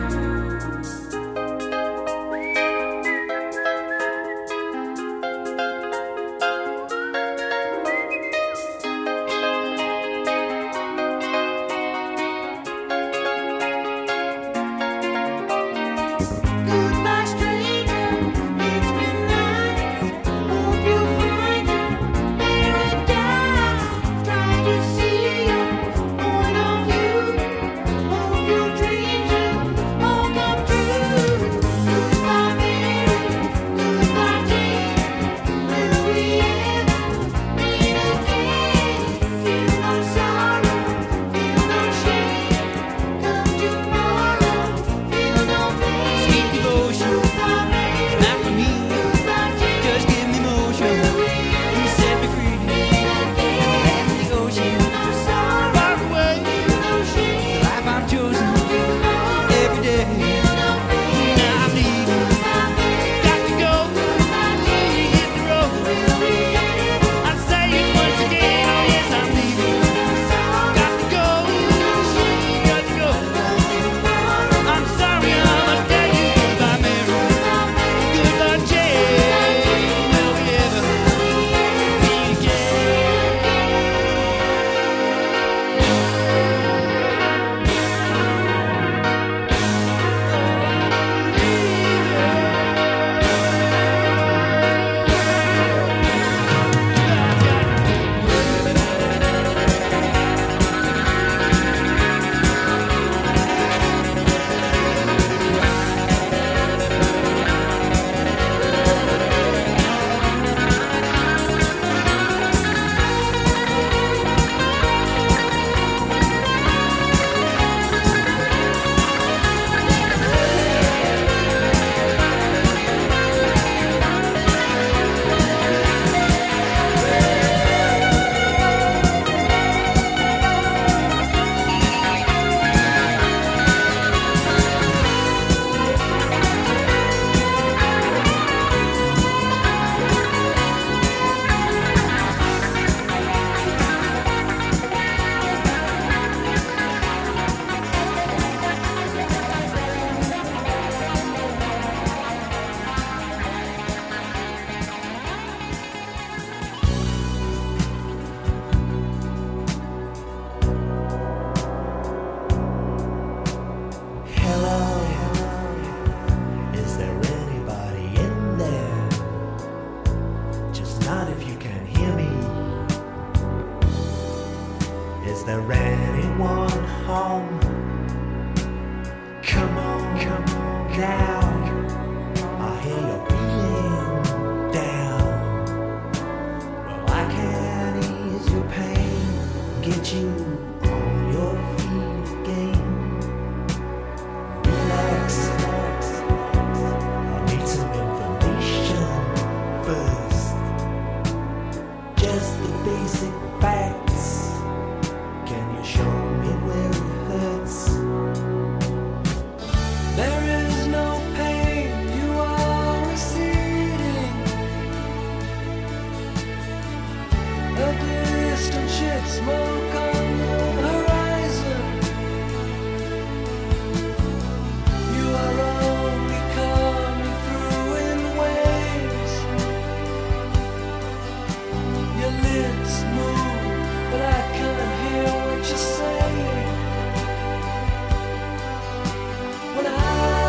[SPEAKER 9] Goodbye, stranger. It's been nice. Hope you'll find a paradise. Try to see your point of view. Hope your dreams will all come true. Goodbye, Mary. Goodbye, Jane. Will we ever meet again? Feel no sorrow, feel no shame. Come tomorrow, feel no pain.
[SPEAKER 10] Sweet devotion,
[SPEAKER 9] Goodbye, Mary.
[SPEAKER 10] not for me,
[SPEAKER 9] Goodbye, Jane.
[SPEAKER 10] just give me motion. You set me free, let me go far away. The life I've chosen every day. Now I'm leaving, got to go. Hit the road. I'll say it once again. Oh yes, I'm leaving. Got to go. I'm sorry, I must tell you. Goodbye, Mary. Goodbye, Jane. Will we ever meet
[SPEAKER 11] Hello, is there anybody in there? Just not if you can hear me. Is there anyone home? Come on now. I hear you're feeling down. Well, I can ease your pain, get you on your feet again. Relax. I need some information first. Just the basic facts. Can you show me where it hurts?
[SPEAKER 6] There is no pain, you are receding. A distant ship, smoke on the horizon. You are only coming through in waves. Your lips move, but I can't hear what you're saying. When I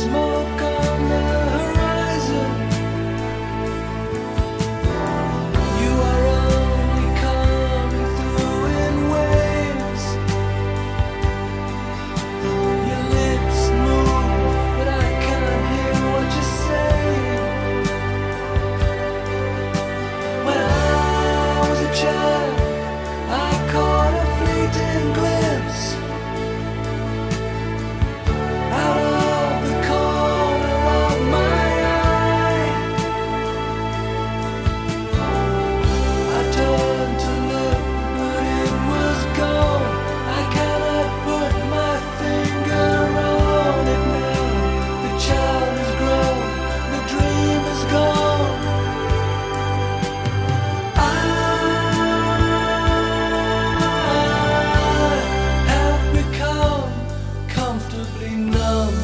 [SPEAKER 4] smoke on the horizon. You are only coming through in waves. Your lips move, but I can't hear what you say. When I was a child, I caught a fleeting glimpse out of the corner of my eye. I turned to look, but it was gone. I cannot put my finger on it now. The child is grown, the dream is gone. I have become comfortably numb.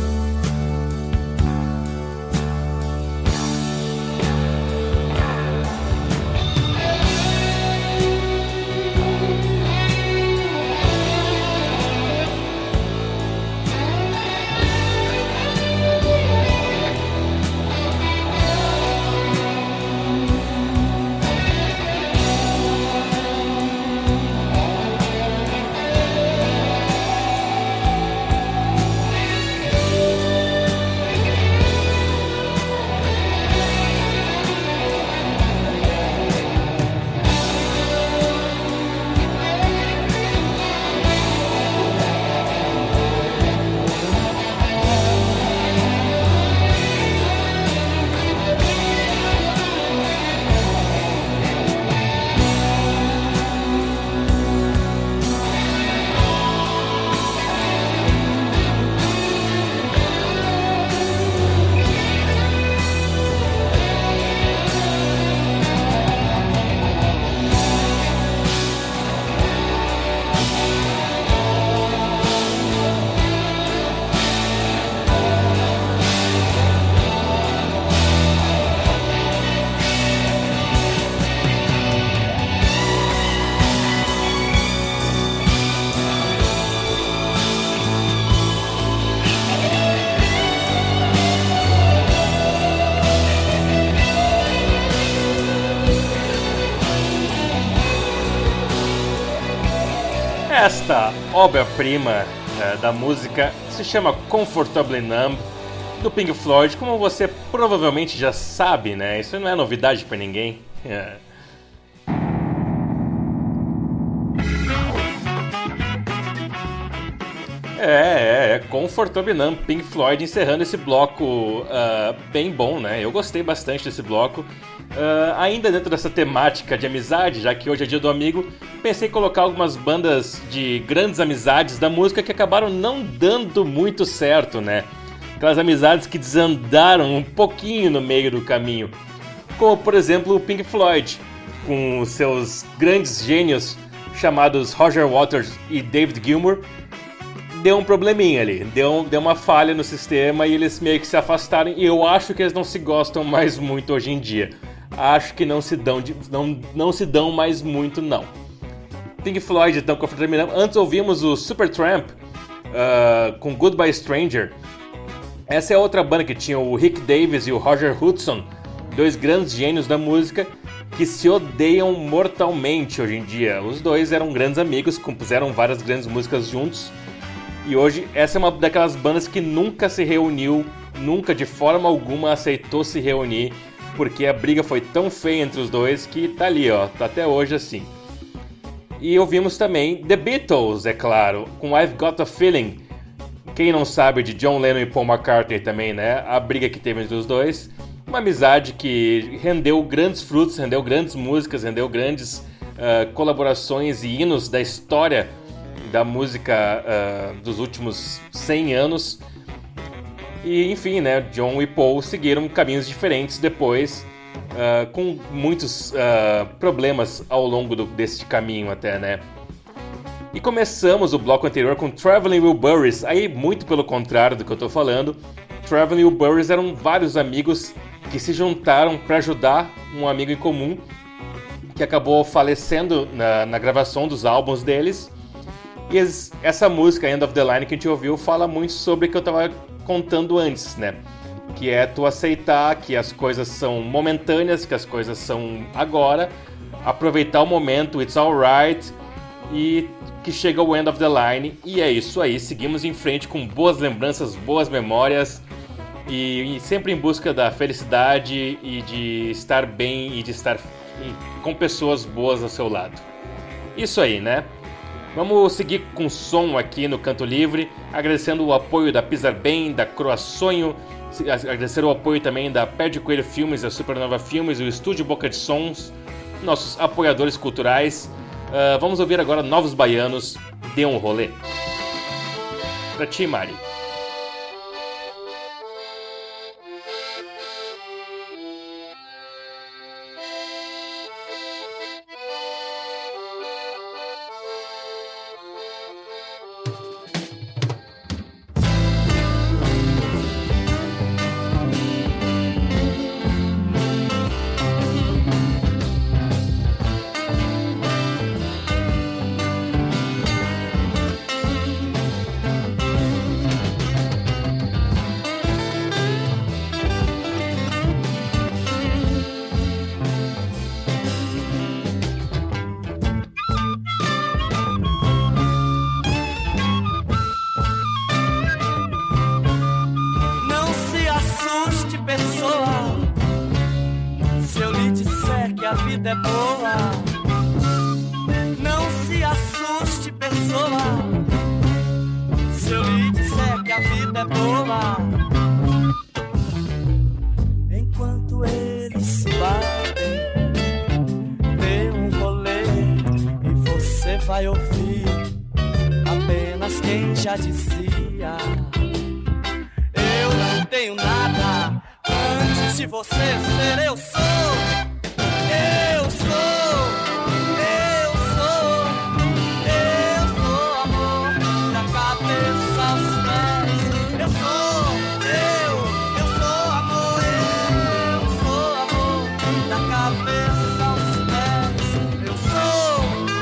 [SPEAKER 1] Esta obra-prima da música se chama Comfortably Numb, do Pink Floyd, como você provavelmente já sabe, né? Isso não é novidade pra ninguém. Comfortably Numb, Pink Floyd encerrando esse bloco bem bom, né? Eu gostei bastante desse bloco. Ainda dentro dessa temática de amizade, já que hoje é dia do amigo, pensei em colocar algumas bandas de grandes amizades da música que acabaram não dando muito certo, né? Aquelas amizades que desandaram um pouquinho no meio do caminho. Como, por exemplo, o Pink Floyd, com seus grandes gênios chamados Roger Waters e David Gilmour. Deu um probleminha ali, deu uma falha no sistema e eles meio que se afastaram. E eu acho que eles não se gostam mais muito hoje em dia. Acho que não se dão mais muito, não. Pink Floyd, então, com a antes ouvimos o Supertramp com Goodbye Stranger. Essa é outra banda que tinha o Rick Davies e o Roger Hudson, dois grandes gênios da música que se odeiam mortalmente hoje em dia. Os dois eram grandes amigos, compuseram várias grandes músicas juntos. E hoje essa é uma daquelas bandas que nunca se reuniu, nunca de forma alguma aceitou se reunir, porque a briga foi tão feia entre os dois que tá ali, ó, tá até hoje assim. E ouvimos também The Beatles, é claro, com I've Got a Feeling. Quem não sabe, de John Lennon e Paul McCartney também, né? A briga que teve entre os dois. Uma amizade que rendeu grandes frutos, rendeu grandes músicas, rendeu grandes colaborações e hinos da história da música dos últimos 100 anos. E enfim, né, John e Paul seguiram caminhos diferentes depois, com muitos problemas ao longo desse caminho até, né. E começamos o bloco anterior com Traveling Wilburys, aí muito pelo contrário do que eu tô falando. Traveling Wilburys eram vários amigos que se juntaram para ajudar um amigo em comum que acabou falecendo na gravação dos álbuns deles. E essa música, End of the Line, que a gente ouviu, fala muito sobre o que eu tava contando antes, né? Que é tu aceitar que as coisas são momentâneas, que as coisas são agora, aproveitar o momento, it's alright, e que chega o end of the line, e é isso aí, seguimos em frente com boas lembranças, boas memórias, e sempre em busca da felicidade e de estar bem e de estar com pessoas boas ao seu lado. Isso aí, né? Vamos seguir com som aqui no Canto Livre, agradecendo o apoio da Pisar Bem, da Croa Sonho, agradecer o apoio também da Pé de Coelho Filmes, da Supernova Filmes, o Estúdio Boca de Sons, nossos apoiadores culturais. Vamos ouvir agora Novos Baianos, Dê um Rolê. Pra ti, Mari.
[SPEAKER 6] a vida é boa. Não se assuste, pessoa, se eu lhe disser que a vida é boa. Enquanto eles se batem, dê um rolê e você vai ouvir apenas quem já dizia: eu não tenho nada, antes de você ser eu sou. Eu sou amor, da cabeça aos pés. Eu sou amor, da cabeça aos pés. Eu sou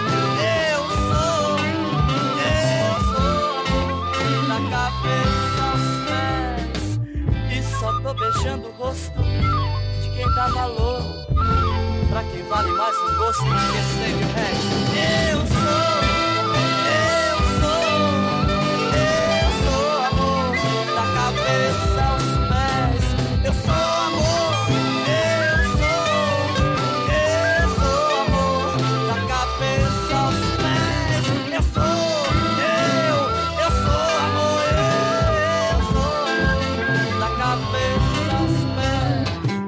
[SPEAKER 6] amor, da cabeça aos pés. E só tô beijando o rosto de quem dá valor, pra quem vale mais um gosto do que 100 mil réis. Eu sou amor, da cabeça aos pés. Eu sou amor, amor, da cabeça aos pés. Eu sou amor, da cabeça aos pés.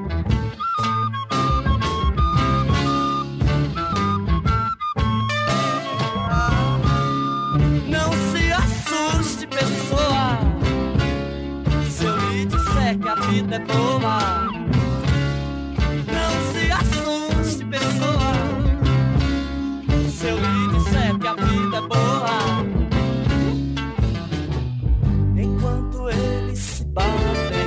[SPEAKER 6] Pessoa, se eu lhe disser que a vida é boa, não se assuste, pessoa, se eu lhe disser que a vida é boa. Enquanto eles se batem,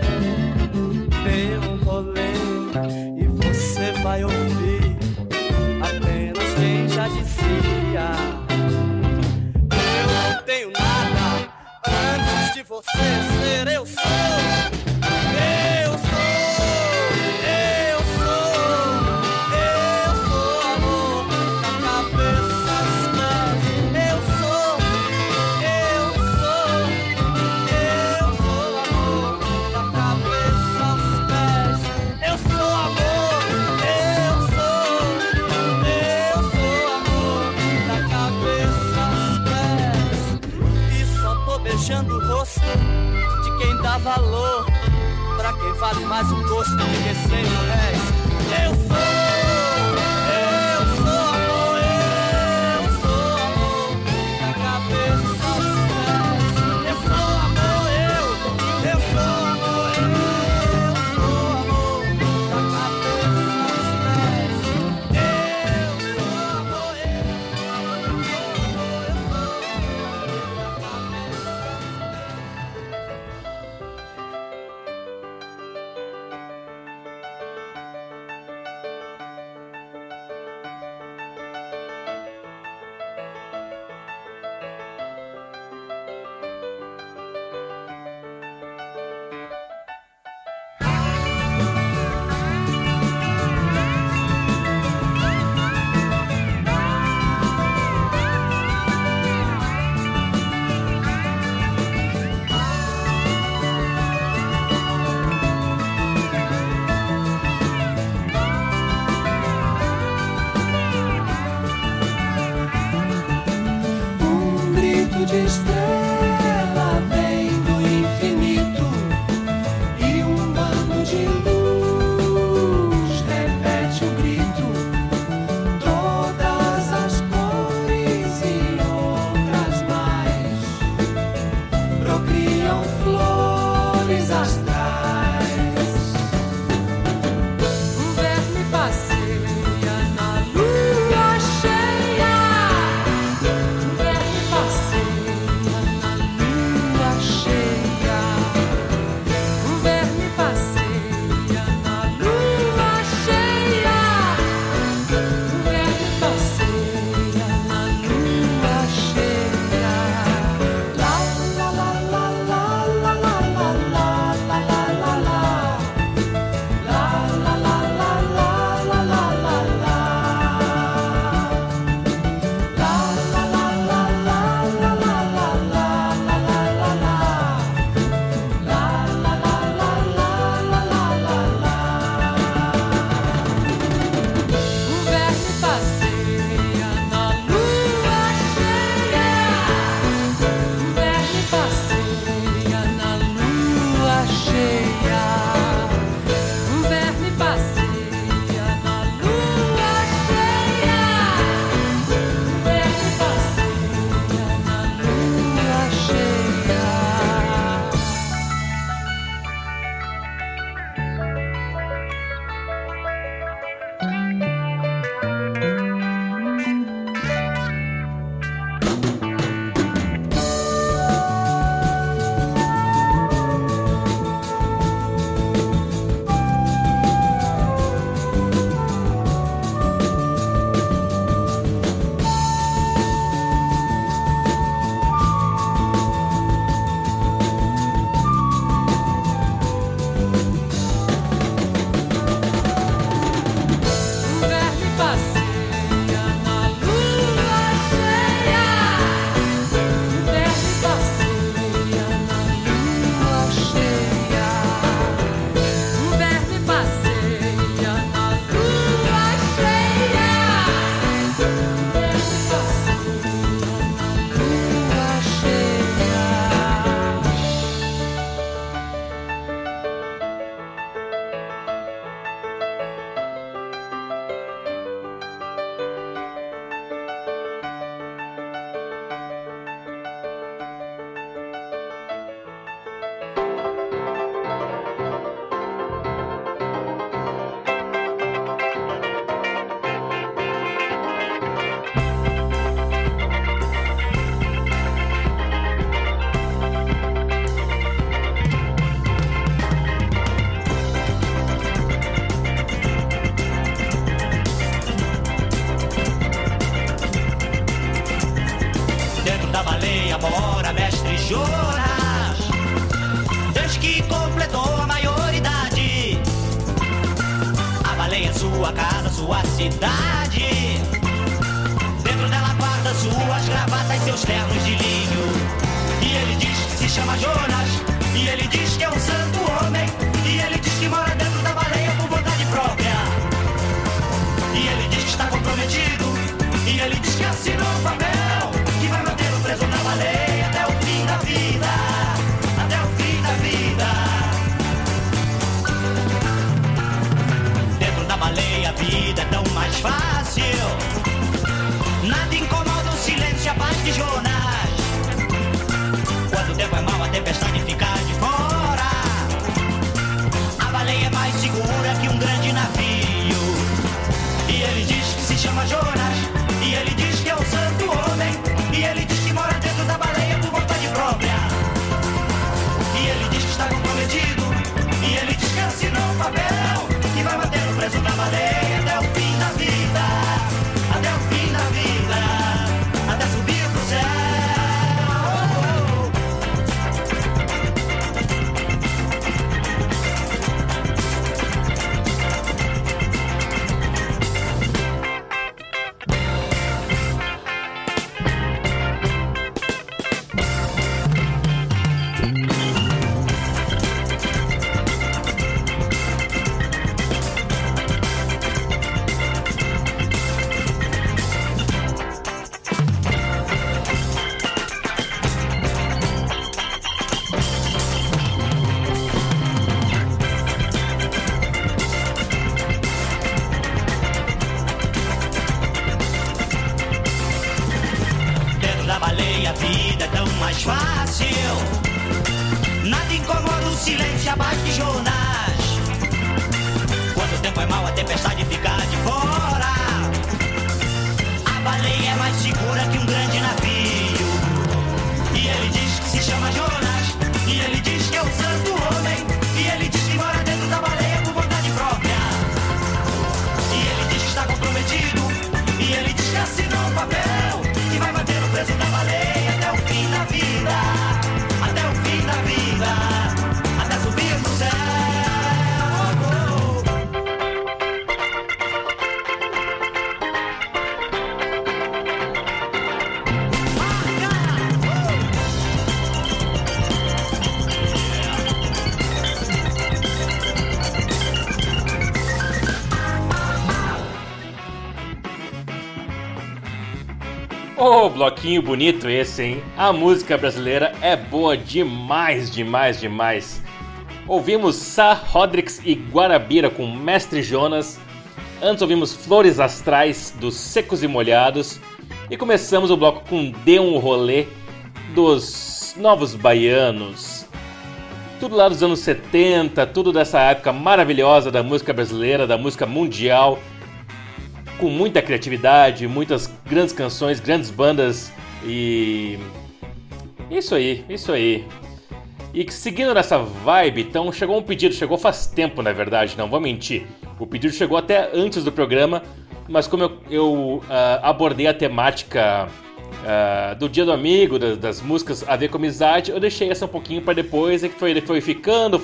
[SPEAKER 6] dê um rolê e você vai ouvir apenas quem já dizia: de você ser eu sou. Eu sou amor, da cabeça aos pés. Eu sou amor, da cabeça aos pés. Eu sou amor, amor, da cabeça aos pés. E só tô beijando o rosto de quem dá valor, pra quem vale mais um gosto do que 100 mil réis. Eu sou amor, da cabeça aos pés. Eu sou amor, eu sou amor, da cabeça aos pés. Eu sou amor,
[SPEAKER 10] cada sua cidade. Dentro dela guarda suas gravatas, seus ternos de linho. E ele diz que se chama Jonas. E ele diz que é um santo homem. E ele diz que mora dentro da baleia por vontade própria. E ele diz que está comprometido. E ele diz que assinou um papel que vai mantê-lo preso na baleia até o fim da vida. Até o fim da vida. Dentro da baleia a vida é tão mais fácil. Nada incomoda o silêncio e a paz de Jonas. Quando o tempo é mau, a tempestade fica de fora. A baleia é mais segura que um grande navio. E ele diz que se chama Jonas. E ele diz que é um santo homem. E ele diz que mora dentro da baleia por vontade própria. E ele diz que está comprometido. E ele diz que assinou um papel que vai mantê-lo preso na baleia até o fim da vida. Até o fim da vida. Até subir pro céu.
[SPEAKER 1] Oh, bloquinho bonito esse, hein? A música brasileira é boa demais, demais, demais. Ouvimos Sá Rodrigues e Guarabira com Mestre Jonas. Antes ouvimos Flores Astrais dos Secos e Molhados. E começamos o bloco com Dê um Rolê dos Novos Baianos. Tudo lá dos anos 70, tudo dessa época maravilhosa da música brasileira, da música mundial. Com muita criatividade, muitas grandes canções, grandes bandas e... Isso aí. E seguindo nessa vibe, então chegou um pedido, chegou faz tempo na verdade, não vou mentir. O pedido chegou até antes do programa, mas como eu abordei a temática do Dia do Amigo, das músicas a ver com amizade, eu deixei essa um pouquinho para depois, e que foi ficando.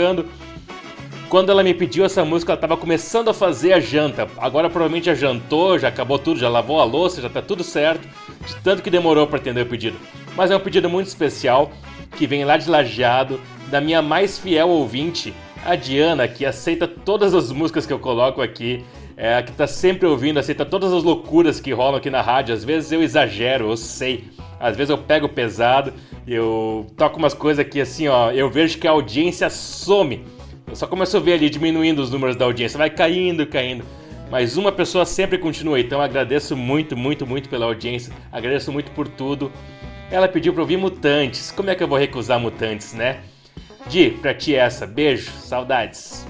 [SPEAKER 1] Quando ela me pediu essa música, ela estava começando a fazer a janta. Agora provavelmente já jantou, já acabou tudo, já lavou a louça, já tá tudo certo. De tanto que demorou para atender o pedido. Mas é um pedido muito especial, que vem lá de Lajeado, da minha mais fiel ouvinte, a Diana, que aceita todas as músicas que eu coloco aqui. Que tá sempre ouvindo, aceita todas as loucuras que rolam aqui na rádio. Às vezes eu exagero, eu sei. Às vezes eu pego pesado, eu toco umas coisas que assim, ó, eu vejo que a audiência some. Eu só começo a ver ali diminuindo os números da audiência, vai caindo. Mas uma pessoa sempre continua, então agradeço muito pela audiência, agradeço muito por tudo. Ela pediu pra ouvir Mutantes, como é que eu vou recusar Mutantes, né? Di, pra ti essa, beijo, saudades.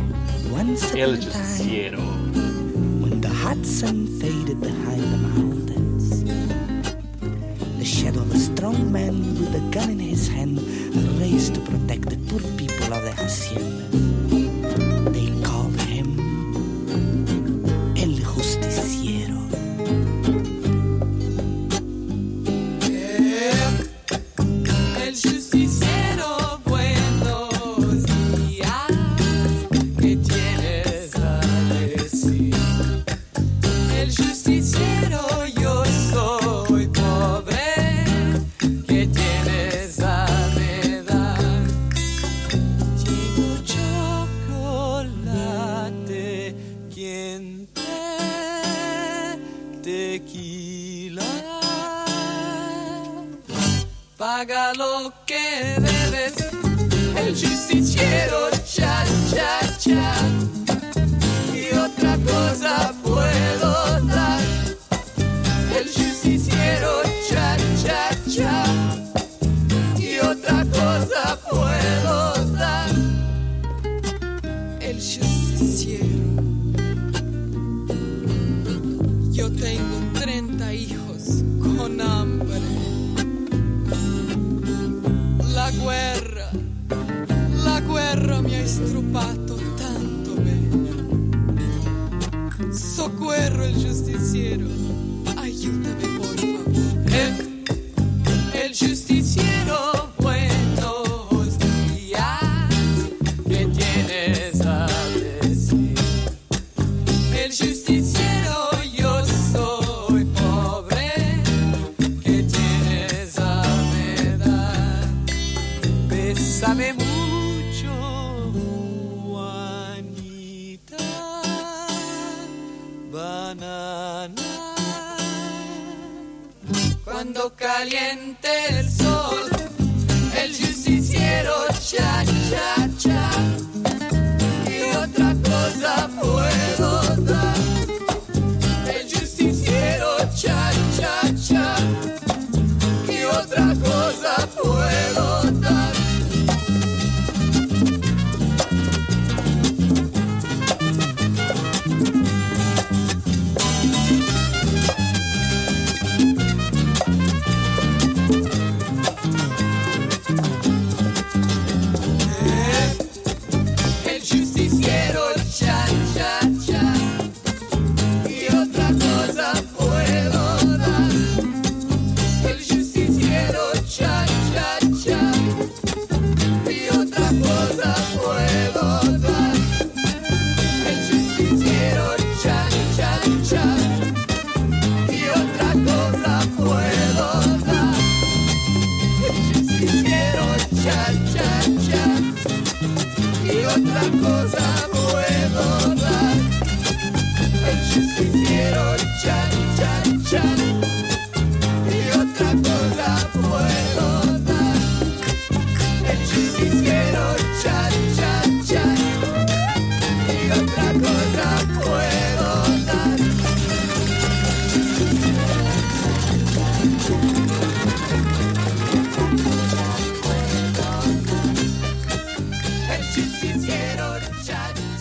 [SPEAKER 1] El Justiciero.
[SPEAKER 11] When the hot sun faded behind the mountains, the shadow of a strong man with a gun in his hand raised to protect the poor people of the hacienda. They called him El Justiciero.
[SPEAKER 4] El justiciero, buenos días. ¿Qué tienes a decir?
[SPEAKER 12] lo que debes. El justiciero, cha, cha, cha. Y otra cosa puedo dar. El justiciero, cha, cha, cha. Y otra cosa puedo dar. El justiciero. Yo tengo 30 hijos con hambre. La guerra mi ha istrupato tanto bene. Soccorro il giustiziero, aiutami por favor. El justiciero, buenos días, ¿qué tienes a decir? El justiciero, yo soy pobre, ¿qué tienes a me dar? Bésame mucho, Juanita, banana. Cuando caliente el sol, el justiciero, cha, cha, cha. Y otra cosa puedo dar. El justiciero, cha, cha, cha. Y otra cosa puedo dar. El justiciero, cha, cha, cha. Y otra cosa puedo dar. El justiciero, cha, cha, cha. Y otra cosa puedo dar. El justiciero, cha, cha, cha. Y otra cosa puedo dar. El justiciero, cha, cha, cha. Y otra cosa puedo dar. El justiciero, cha, cha, cha. Y otra cosa puedo dar. El justiciero, cha, cha, cha. Y otra cosa puedo dar. El justiciero, cha, cha.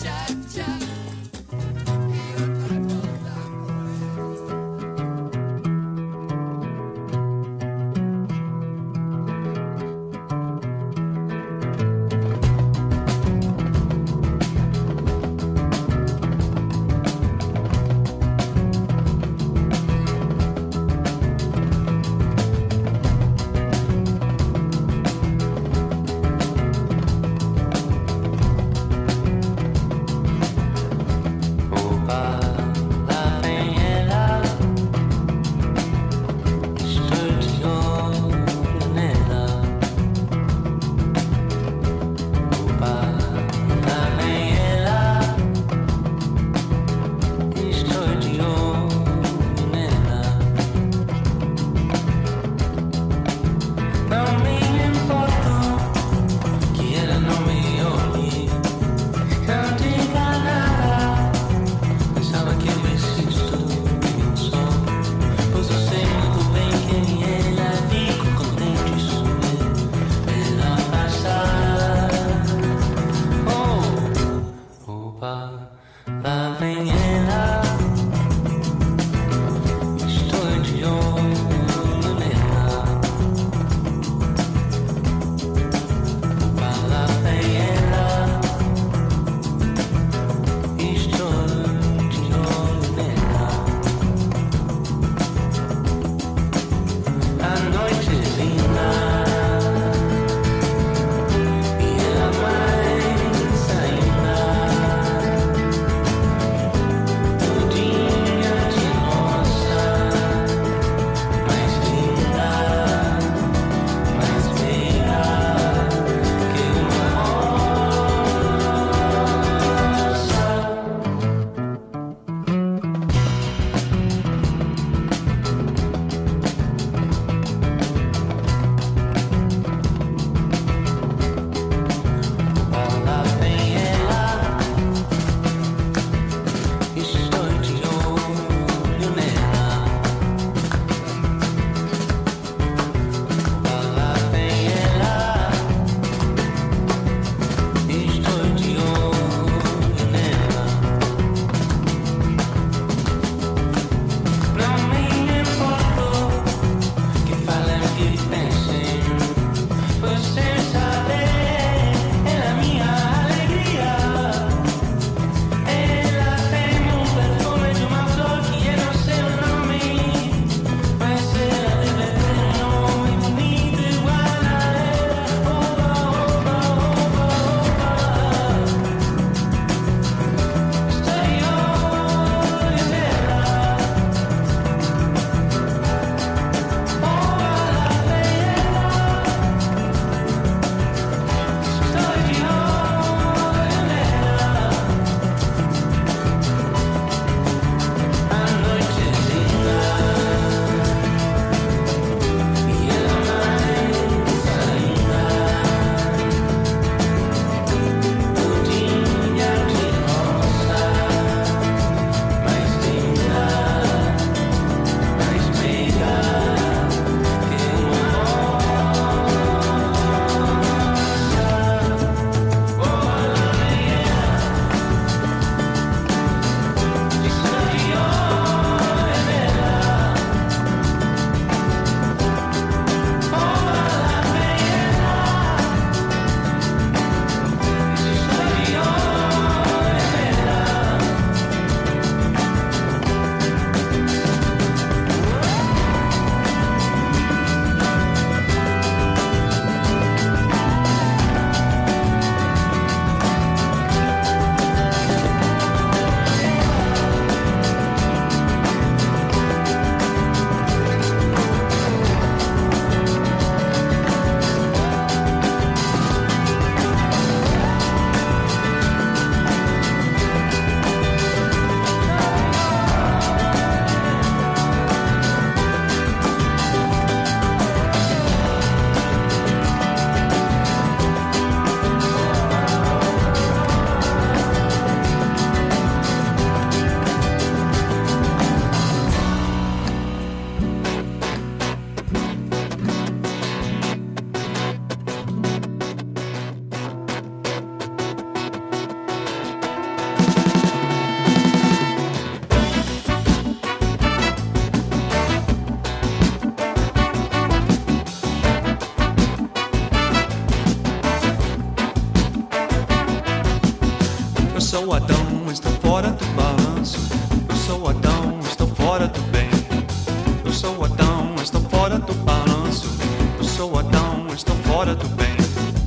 [SPEAKER 6] sou Adão, estou fora do balanço. Eu sou Adão, estou fora do bem. Eu sou Adão, estou fora do balanço. Eu sou Adão, estou fora do bem.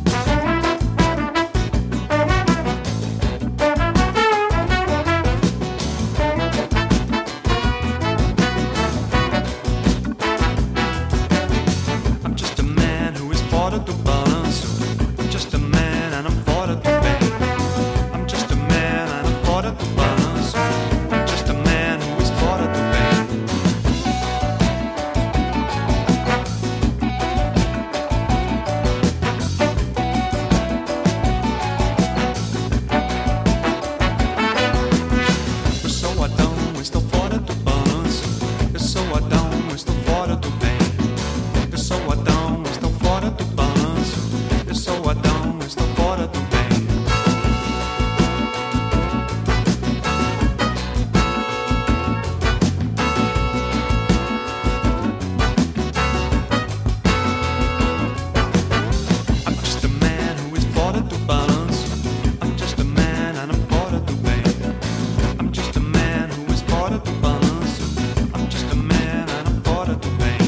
[SPEAKER 6] I'm just a man who is fora do balanço. I'm just a man and I'm fora do bem. I'm just a man and I'm fora do balanço. I'm just a man who is fora do bem. Eu sou Adão, estou fora do balanço. Eu sou Adão, estou fora do bem. Eu sou Adão, estou fora do balanço. Eu sou Adão, estou fora do bem. I'm just a man who is fora do balanço. I'm just a man and I'm fora do bem. I'm just a man who is fora do balanço. I'm just a man and I'm fora do bem.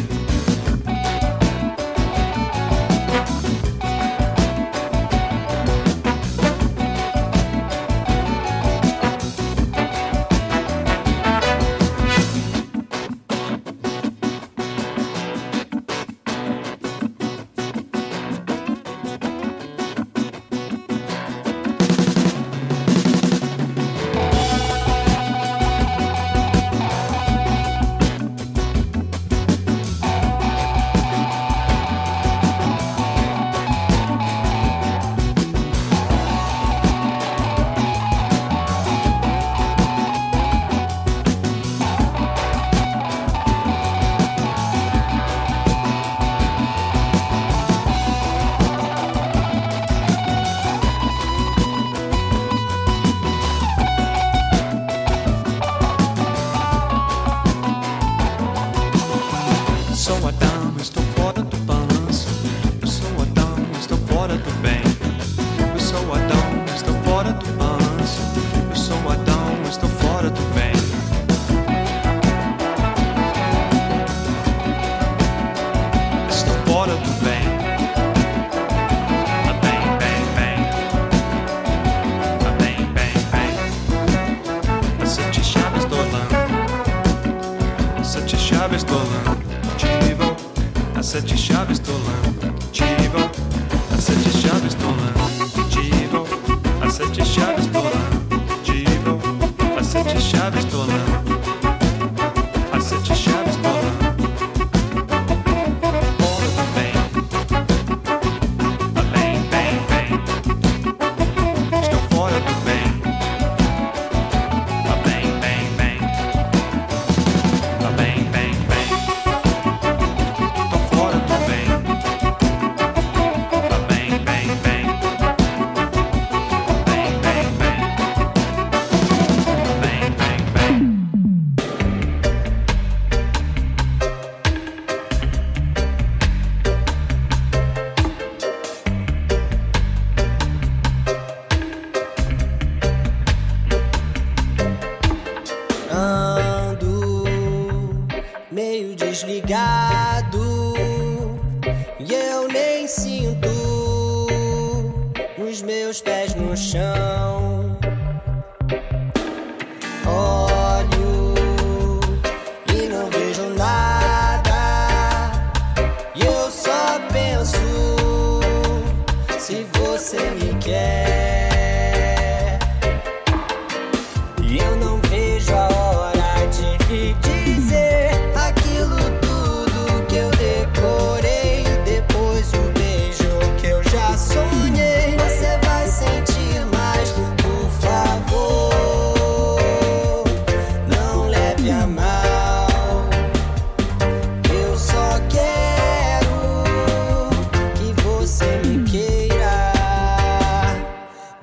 [SPEAKER 6] Sou Adão, estou fora do balanço. Eu sou Adão, estou fora do bem. Eu sou Adão, estou fora do balanço. Eu sou Adão, estou fora do bem. Estou fora do bem. Ah, bem, bem, bem. Ah, bem, bem, bem. Sete chaves do lã. Sete chaves do lã. As sete chaves do lã, Tivo. As sete chaves do lã, Tivo. As sete chaves do lã, Tivo. As sete chaves do lã. As sete chaves do lã. Fora do bem. Ah, bem, bem, bem. Estou fora do bem. Ah, bem, bem, bem. Ah, bem, bem, bem. Tô fora do bem. Ah, bem, bem, bem. Bem, bem, bem. Bem, bem, bem.
[SPEAKER 9] Ando meio desligado e eu nem sinto os meus pés no chão. Olho e não vejo nada e eu só penso se você me quer. E eu não vejo a hora de lhe dizer aquilo tudo que eu decorei. Depois o beijo que eu já sonhei. Você vai sentir mais, por favor. Não leve a mal. Eu só quero que você me queira.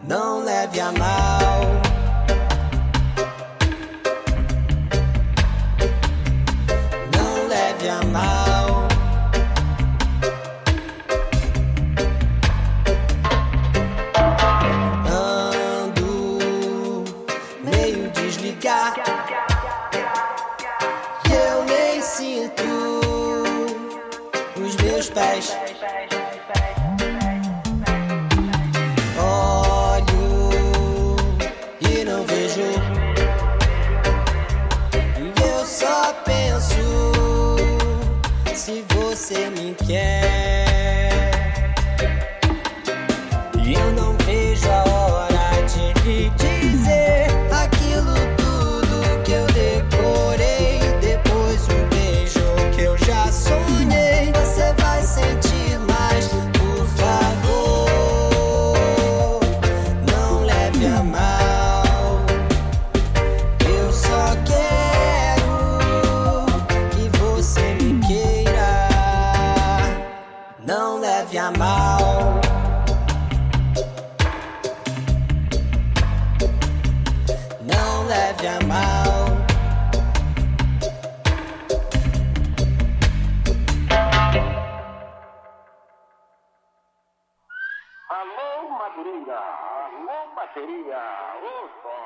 [SPEAKER 9] E eu não vejo a hora de lhe dizer aquilo tudo que eu decorei. Depois um beijo que eu já sonhei. Você vai sentir mais, por favor. Não leve a mal. Eu só quero que você me queira. Não leve a mal. Não leve a mal.
[SPEAKER 13] Alô, Madureira, alô, bateria, ô só.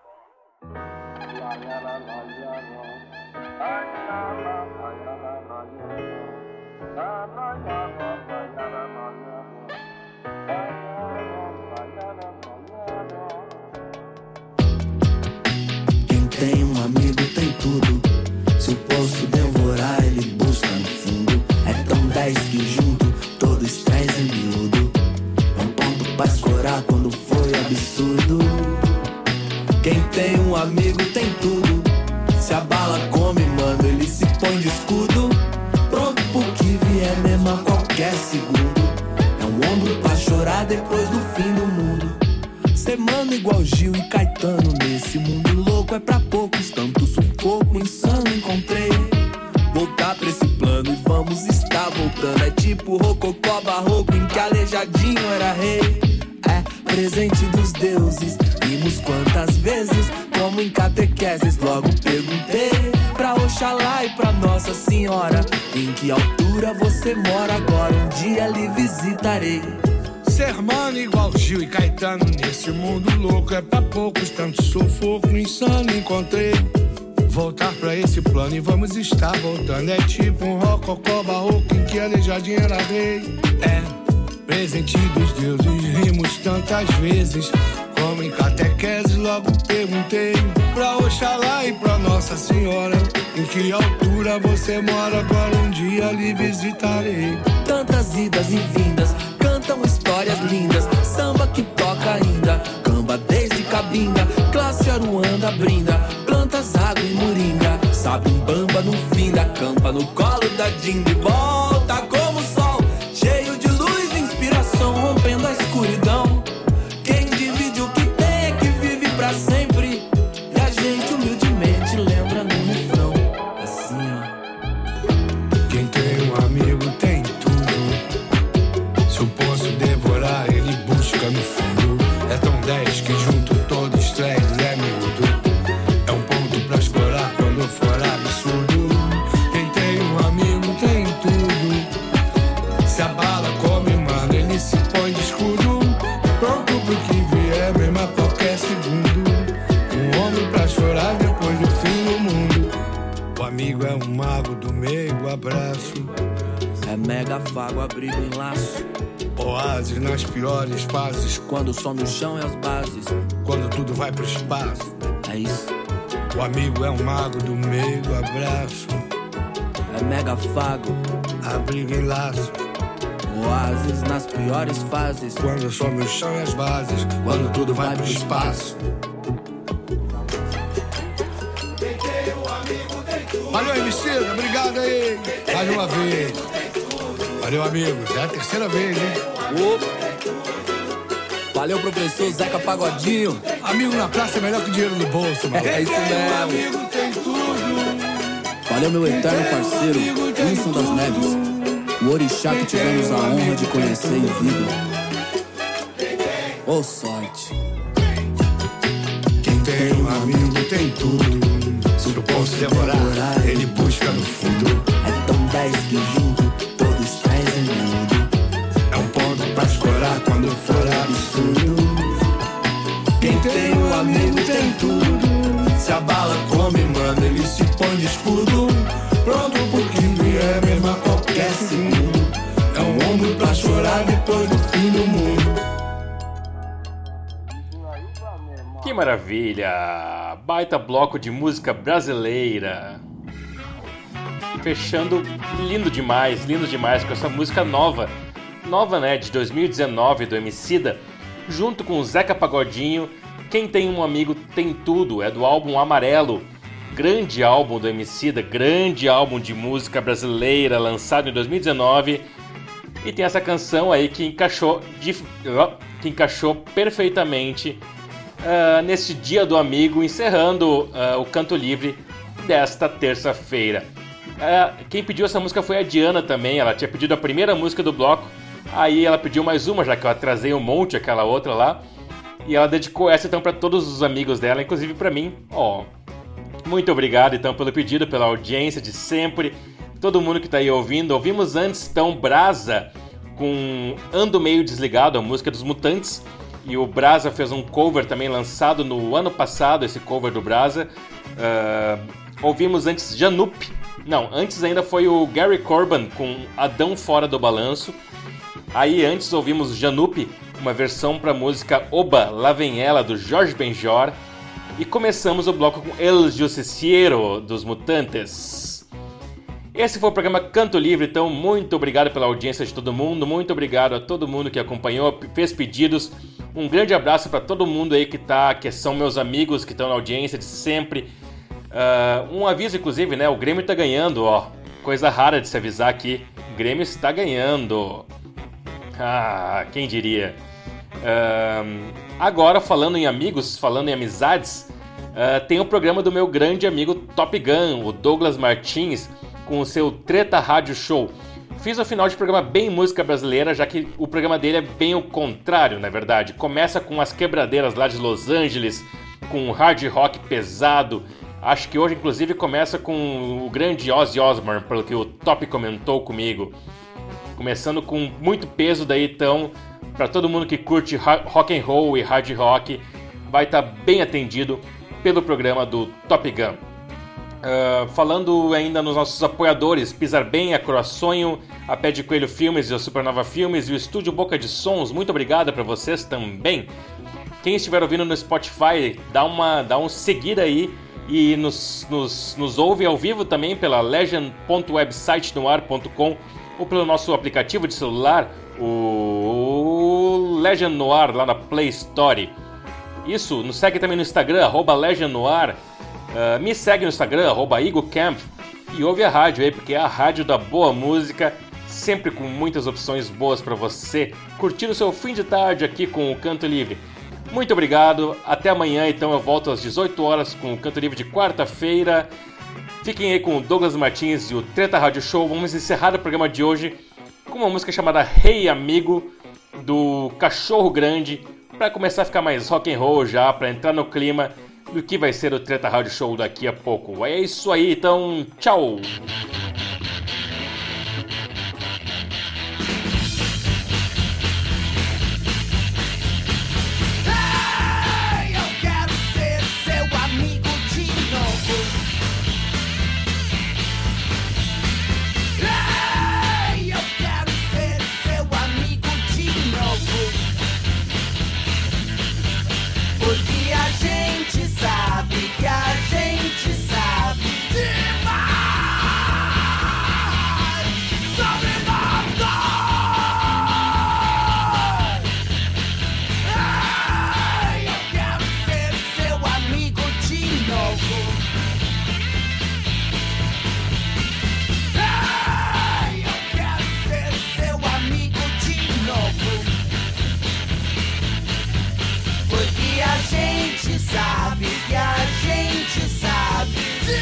[SPEAKER 11] Quem tem um amigo tem tudo. Se o poço devorar, ele busca no fundo. É tão 10 que junto todo estresse é miúdo. É um ponto pra escorar quando foi absurdo. Quem tem um amigo tem tudo. Se a bala come, mano, ele se põe de escudo. Pronto pro que vier mesmo a qualquer segundo. É um ombro pra chorar depois do fim do mundo. Ser mano igual Gil e Caetano. Nesse mundo louco é pra poucos. Tanto sufoco insano encontrei. Voltar pra esse plano e vamos estar voltando. É tipo rococó barroco em que Aleijadinho era rei. É presente dos deuses. Vimos quantas vezes, como em catequeses. Logo perguntei pra Oxalá e pra Nossa Senhora: em que altura você mora agora? Um dia lhe visitarei.
[SPEAKER 14] Ser mano igual Gil e Caetano. Nesse mundo louco é pra poucos. Tanto sufoco insano encontrei. Voltar pra esse plano e vamos estar voltando. É tipo um rococó barroco em que Aleijadinho era rei. É presente dos deuses. Rimos tantas vezes, como em catequese. Logo perguntei pra Oxalá e pra Nossa Senhora: em que altura você mora agora? Um dia lhe visitarei.
[SPEAKER 11] Tantas idas e vindas, cantam histórias lindas. Samba que toca ainda, camba desde Cabinda. Classe Aruanda brinda, plantas, água e moringa. Sabe um bamba no fim da campa, no colo da Dinda. E volta como o sol, cheio de luz e inspiração, rompendo a escuridão. Quem divide o que tem é que vive pra sempre. E a gente humildemente lembra no refrão, assim ó.
[SPEAKER 14] Quem tem um amigo tem tudo. Se eu posso devorar, ele busca no fundo. É tão 10 que junto todo estresse é miúdo. É um ponto pra explorar quando for absurdo. Quem tem um amigo tem tudo. Se a bala come, mano, ele se põe de escudo. Pronto pro que vier, mesmo a qualquer segundo. Um homem pra chorar depois do fim do mundo. O amigo é um mago do meio, abraço.
[SPEAKER 11] É mega vago, abrigo em laço.
[SPEAKER 14] Oásis nas piores fases.
[SPEAKER 11] Quando o som no chão é as bases.
[SPEAKER 14] Quando tudo vai pro espaço.
[SPEAKER 11] É isso.
[SPEAKER 14] O amigo é um mago do meio, abraço.
[SPEAKER 11] É mega vago,
[SPEAKER 14] abrigo em laço.
[SPEAKER 11] Oásis nas piores fases.
[SPEAKER 14] Quando some o chão e as bases. Quando tudo vai pro espaço. Valeu, Emicida, obrigado aí. Mais uma vez. Valeu, amigo. Já é a terceira vez, hein?
[SPEAKER 11] Opa. Valeu, professor Zeca Pagodinho.
[SPEAKER 14] Amigo na praça é melhor que dinheiro no bolso, mano.
[SPEAKER 11] É isso mesmo.
[SPEAKER 14] Amigo tem tudo.
[SPEAKER 11] Valeu, meu eterno parceiro, Wilson das Neves. O orixá que tivemos a honra de conhecer em vida. Ô sorte.
[SPEAKER 14] Quem tem um amigo tem tudo. Se eu posso devorar, ele busca no fundo.
[SPEAKER 11] É tão 10 que junto todo estresse é miúdo.
[SPEAKER 14] É um ponto pra escorar quando for absurdo. Quem tem um amigo tem tudo. Se a bala come, mano, ele se põe de escudo. Pronto pro que vier, mesmo a qualquer segundo. É um ombro pra chorar depois do fim do mundo.
[SPEAKER 1] Que maravilha! Baita bloco de música brasileira. Fechando lindo demais com essa música nova. nova, né, de 2019 do Emicida, junto com o Zeca Pagodinho. Quem tem um amigo tem tudo, é do álbum Amarelo, grande álbum do Emicida, grande álbum de música brasileira, lançado em 2019. E tem essa canção aí que encaixou perfeitamente neste Dia do Amigo, encerrando o Canto Livre desta terça-feira. Quem pediu essa música foi a Diana também, ela tinha pedido a primeira música do bloco, aí ela pediu mais uma, já que eu atrasei um monte, aquela outra lá, e ela dedicou essa então para todos os amigos dela, inclusive para mim. Muito obrigado então pelo pedido, pela audiência de sempre, todo mundo que tá aí ouvindo. Ouvimos antes então Brasa com Ando Meio Desligado, a música dos Mutantes, e o Brasa fez um cover também lançado no ano passado, esse cover do Brasa. Ouvimos antes Janup, não, antes ainda foi o Gary Corban com Adão Fora do Balanço. Aí antes ouvimos Janup, uma versão para a música Oba, Lá Vem Ela, do Jorge Benjor. E começamos o bloco com El Justiciero, dos Mutantes. Esse foi o programa Canto Livre, então muito obrigado pela audiência de todo mundo, muito obrigado a todo mundo que acompanhou, fez pedidos. Um grande abraço para todo mundo aí que são meus amigos, que estão na audiência de sempre. Um aviso, inclusive, né? O Grêmio tá ganhando, ó. Coisa rara de se avisar aqui. O Grêmio está ganhando. Quem diria? Agora, falando em amigos, falando em amizades, tem o programa do meu grande amigo Top Gun, o Douglas Martins, com o seu Treta Rádio Show. Fiz o final de programa bem música brasileira, já que o programa dele é bem o contrário, na verdade. Começa com as quebradeiras lá de Los Angeles, com hard rock pesado. Acho que hoje, inclusive, começa com o grande Ozzy Osbourne, pelo que o Top comentou comigo. Começando com muito peso daí, então, para todo mundo que curte rock and roll e hard rock, vai estar bem atendido pelo programa do Top Gun. Falando ainda nos nossos apoiadores, Pisar Bem, a Croaçonho, a Pé de Coelho Filmes e a Supernova Filmes e o Estúdio Boca de Sons, muito obrigado para vocês também. Quem estiver ouvindo no Spotify, dá um seguir aí e nos ouve ao vivo também pela legend.websitenoar.com ou pelo nosso aplicativo de celular, o Legend Noir, lá na Play Store. Isso, nos segue também no Instagram, @Legend Noir. Me segue no Instagram, @IgoCamp, e ouve a rádio aí, porque é a rádio da boa música, sempre com muitas opções boas para você curtir o seu fim de tarde aqui com o Canto Livre. Muito obrigado, até amanhã, então eu volto às 18 horas com o Canto Livre de quarta-feira. Fiquem aí com o Douglas Martins e o Treta Rádio Show. Vamos encerrar o programa de hoje com uma música chamada Hey Amigo, do Cachorro Grande, para começar a ficar mais rock and roll já, para entrar no clima do que vai ser o Treta Rádio Show daqui a pouco. É isso aí, então tchau!
[SPEAKER 9] Porque a gente sabe que a gente sabe demais sobre nada. Ai, eu quero ser seu amigo de novo. Ai, eu quero ser seu amigo de novo. Porque a gente sabe que a gente sabe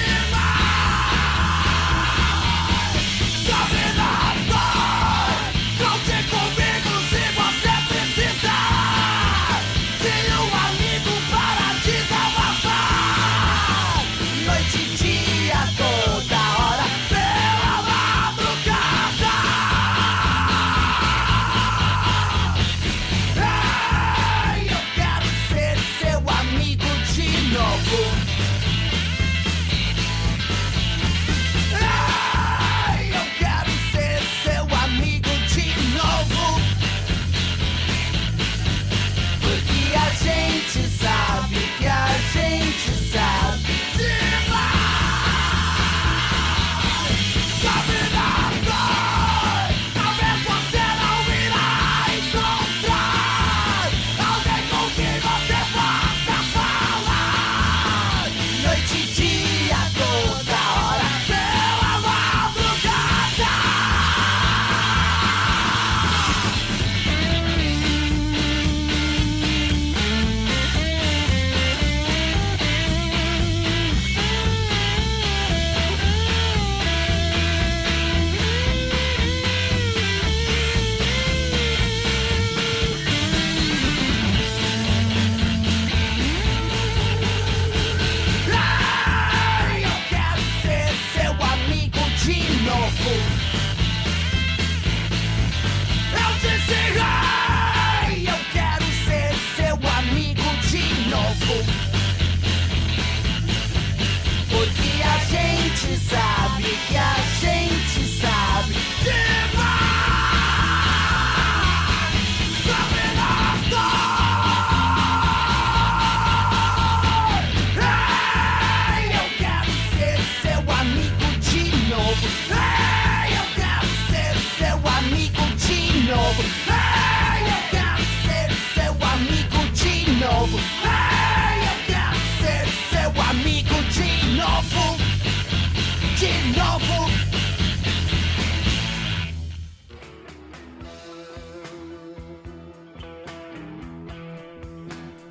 [SPEAKER 9] demais sobre nada. Conte comigo se você precisar de um amigo para desabafar. Noite e dia, toda hora, pela madrugada. Ai, eu quero ser seu amigo de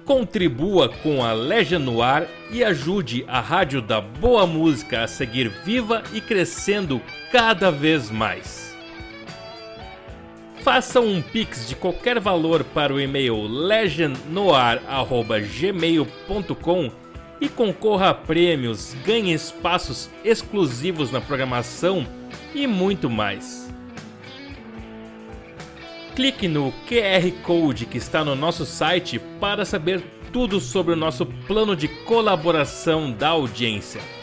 [SPEAKER 1] Contribua com a Legion no ar e ajude a Rádio da Boa Música a seguir viva e crescendo cada vez mais. Faça um pix de qualquer valor para o e-mail legionnoar@gmail.com e concorra a prêmios, ganhe espaços exclusivos na programação e muito mais. Clique no QR Code que está no nosso site para saber tudo sobre o nosso plano de colaboração da audiência.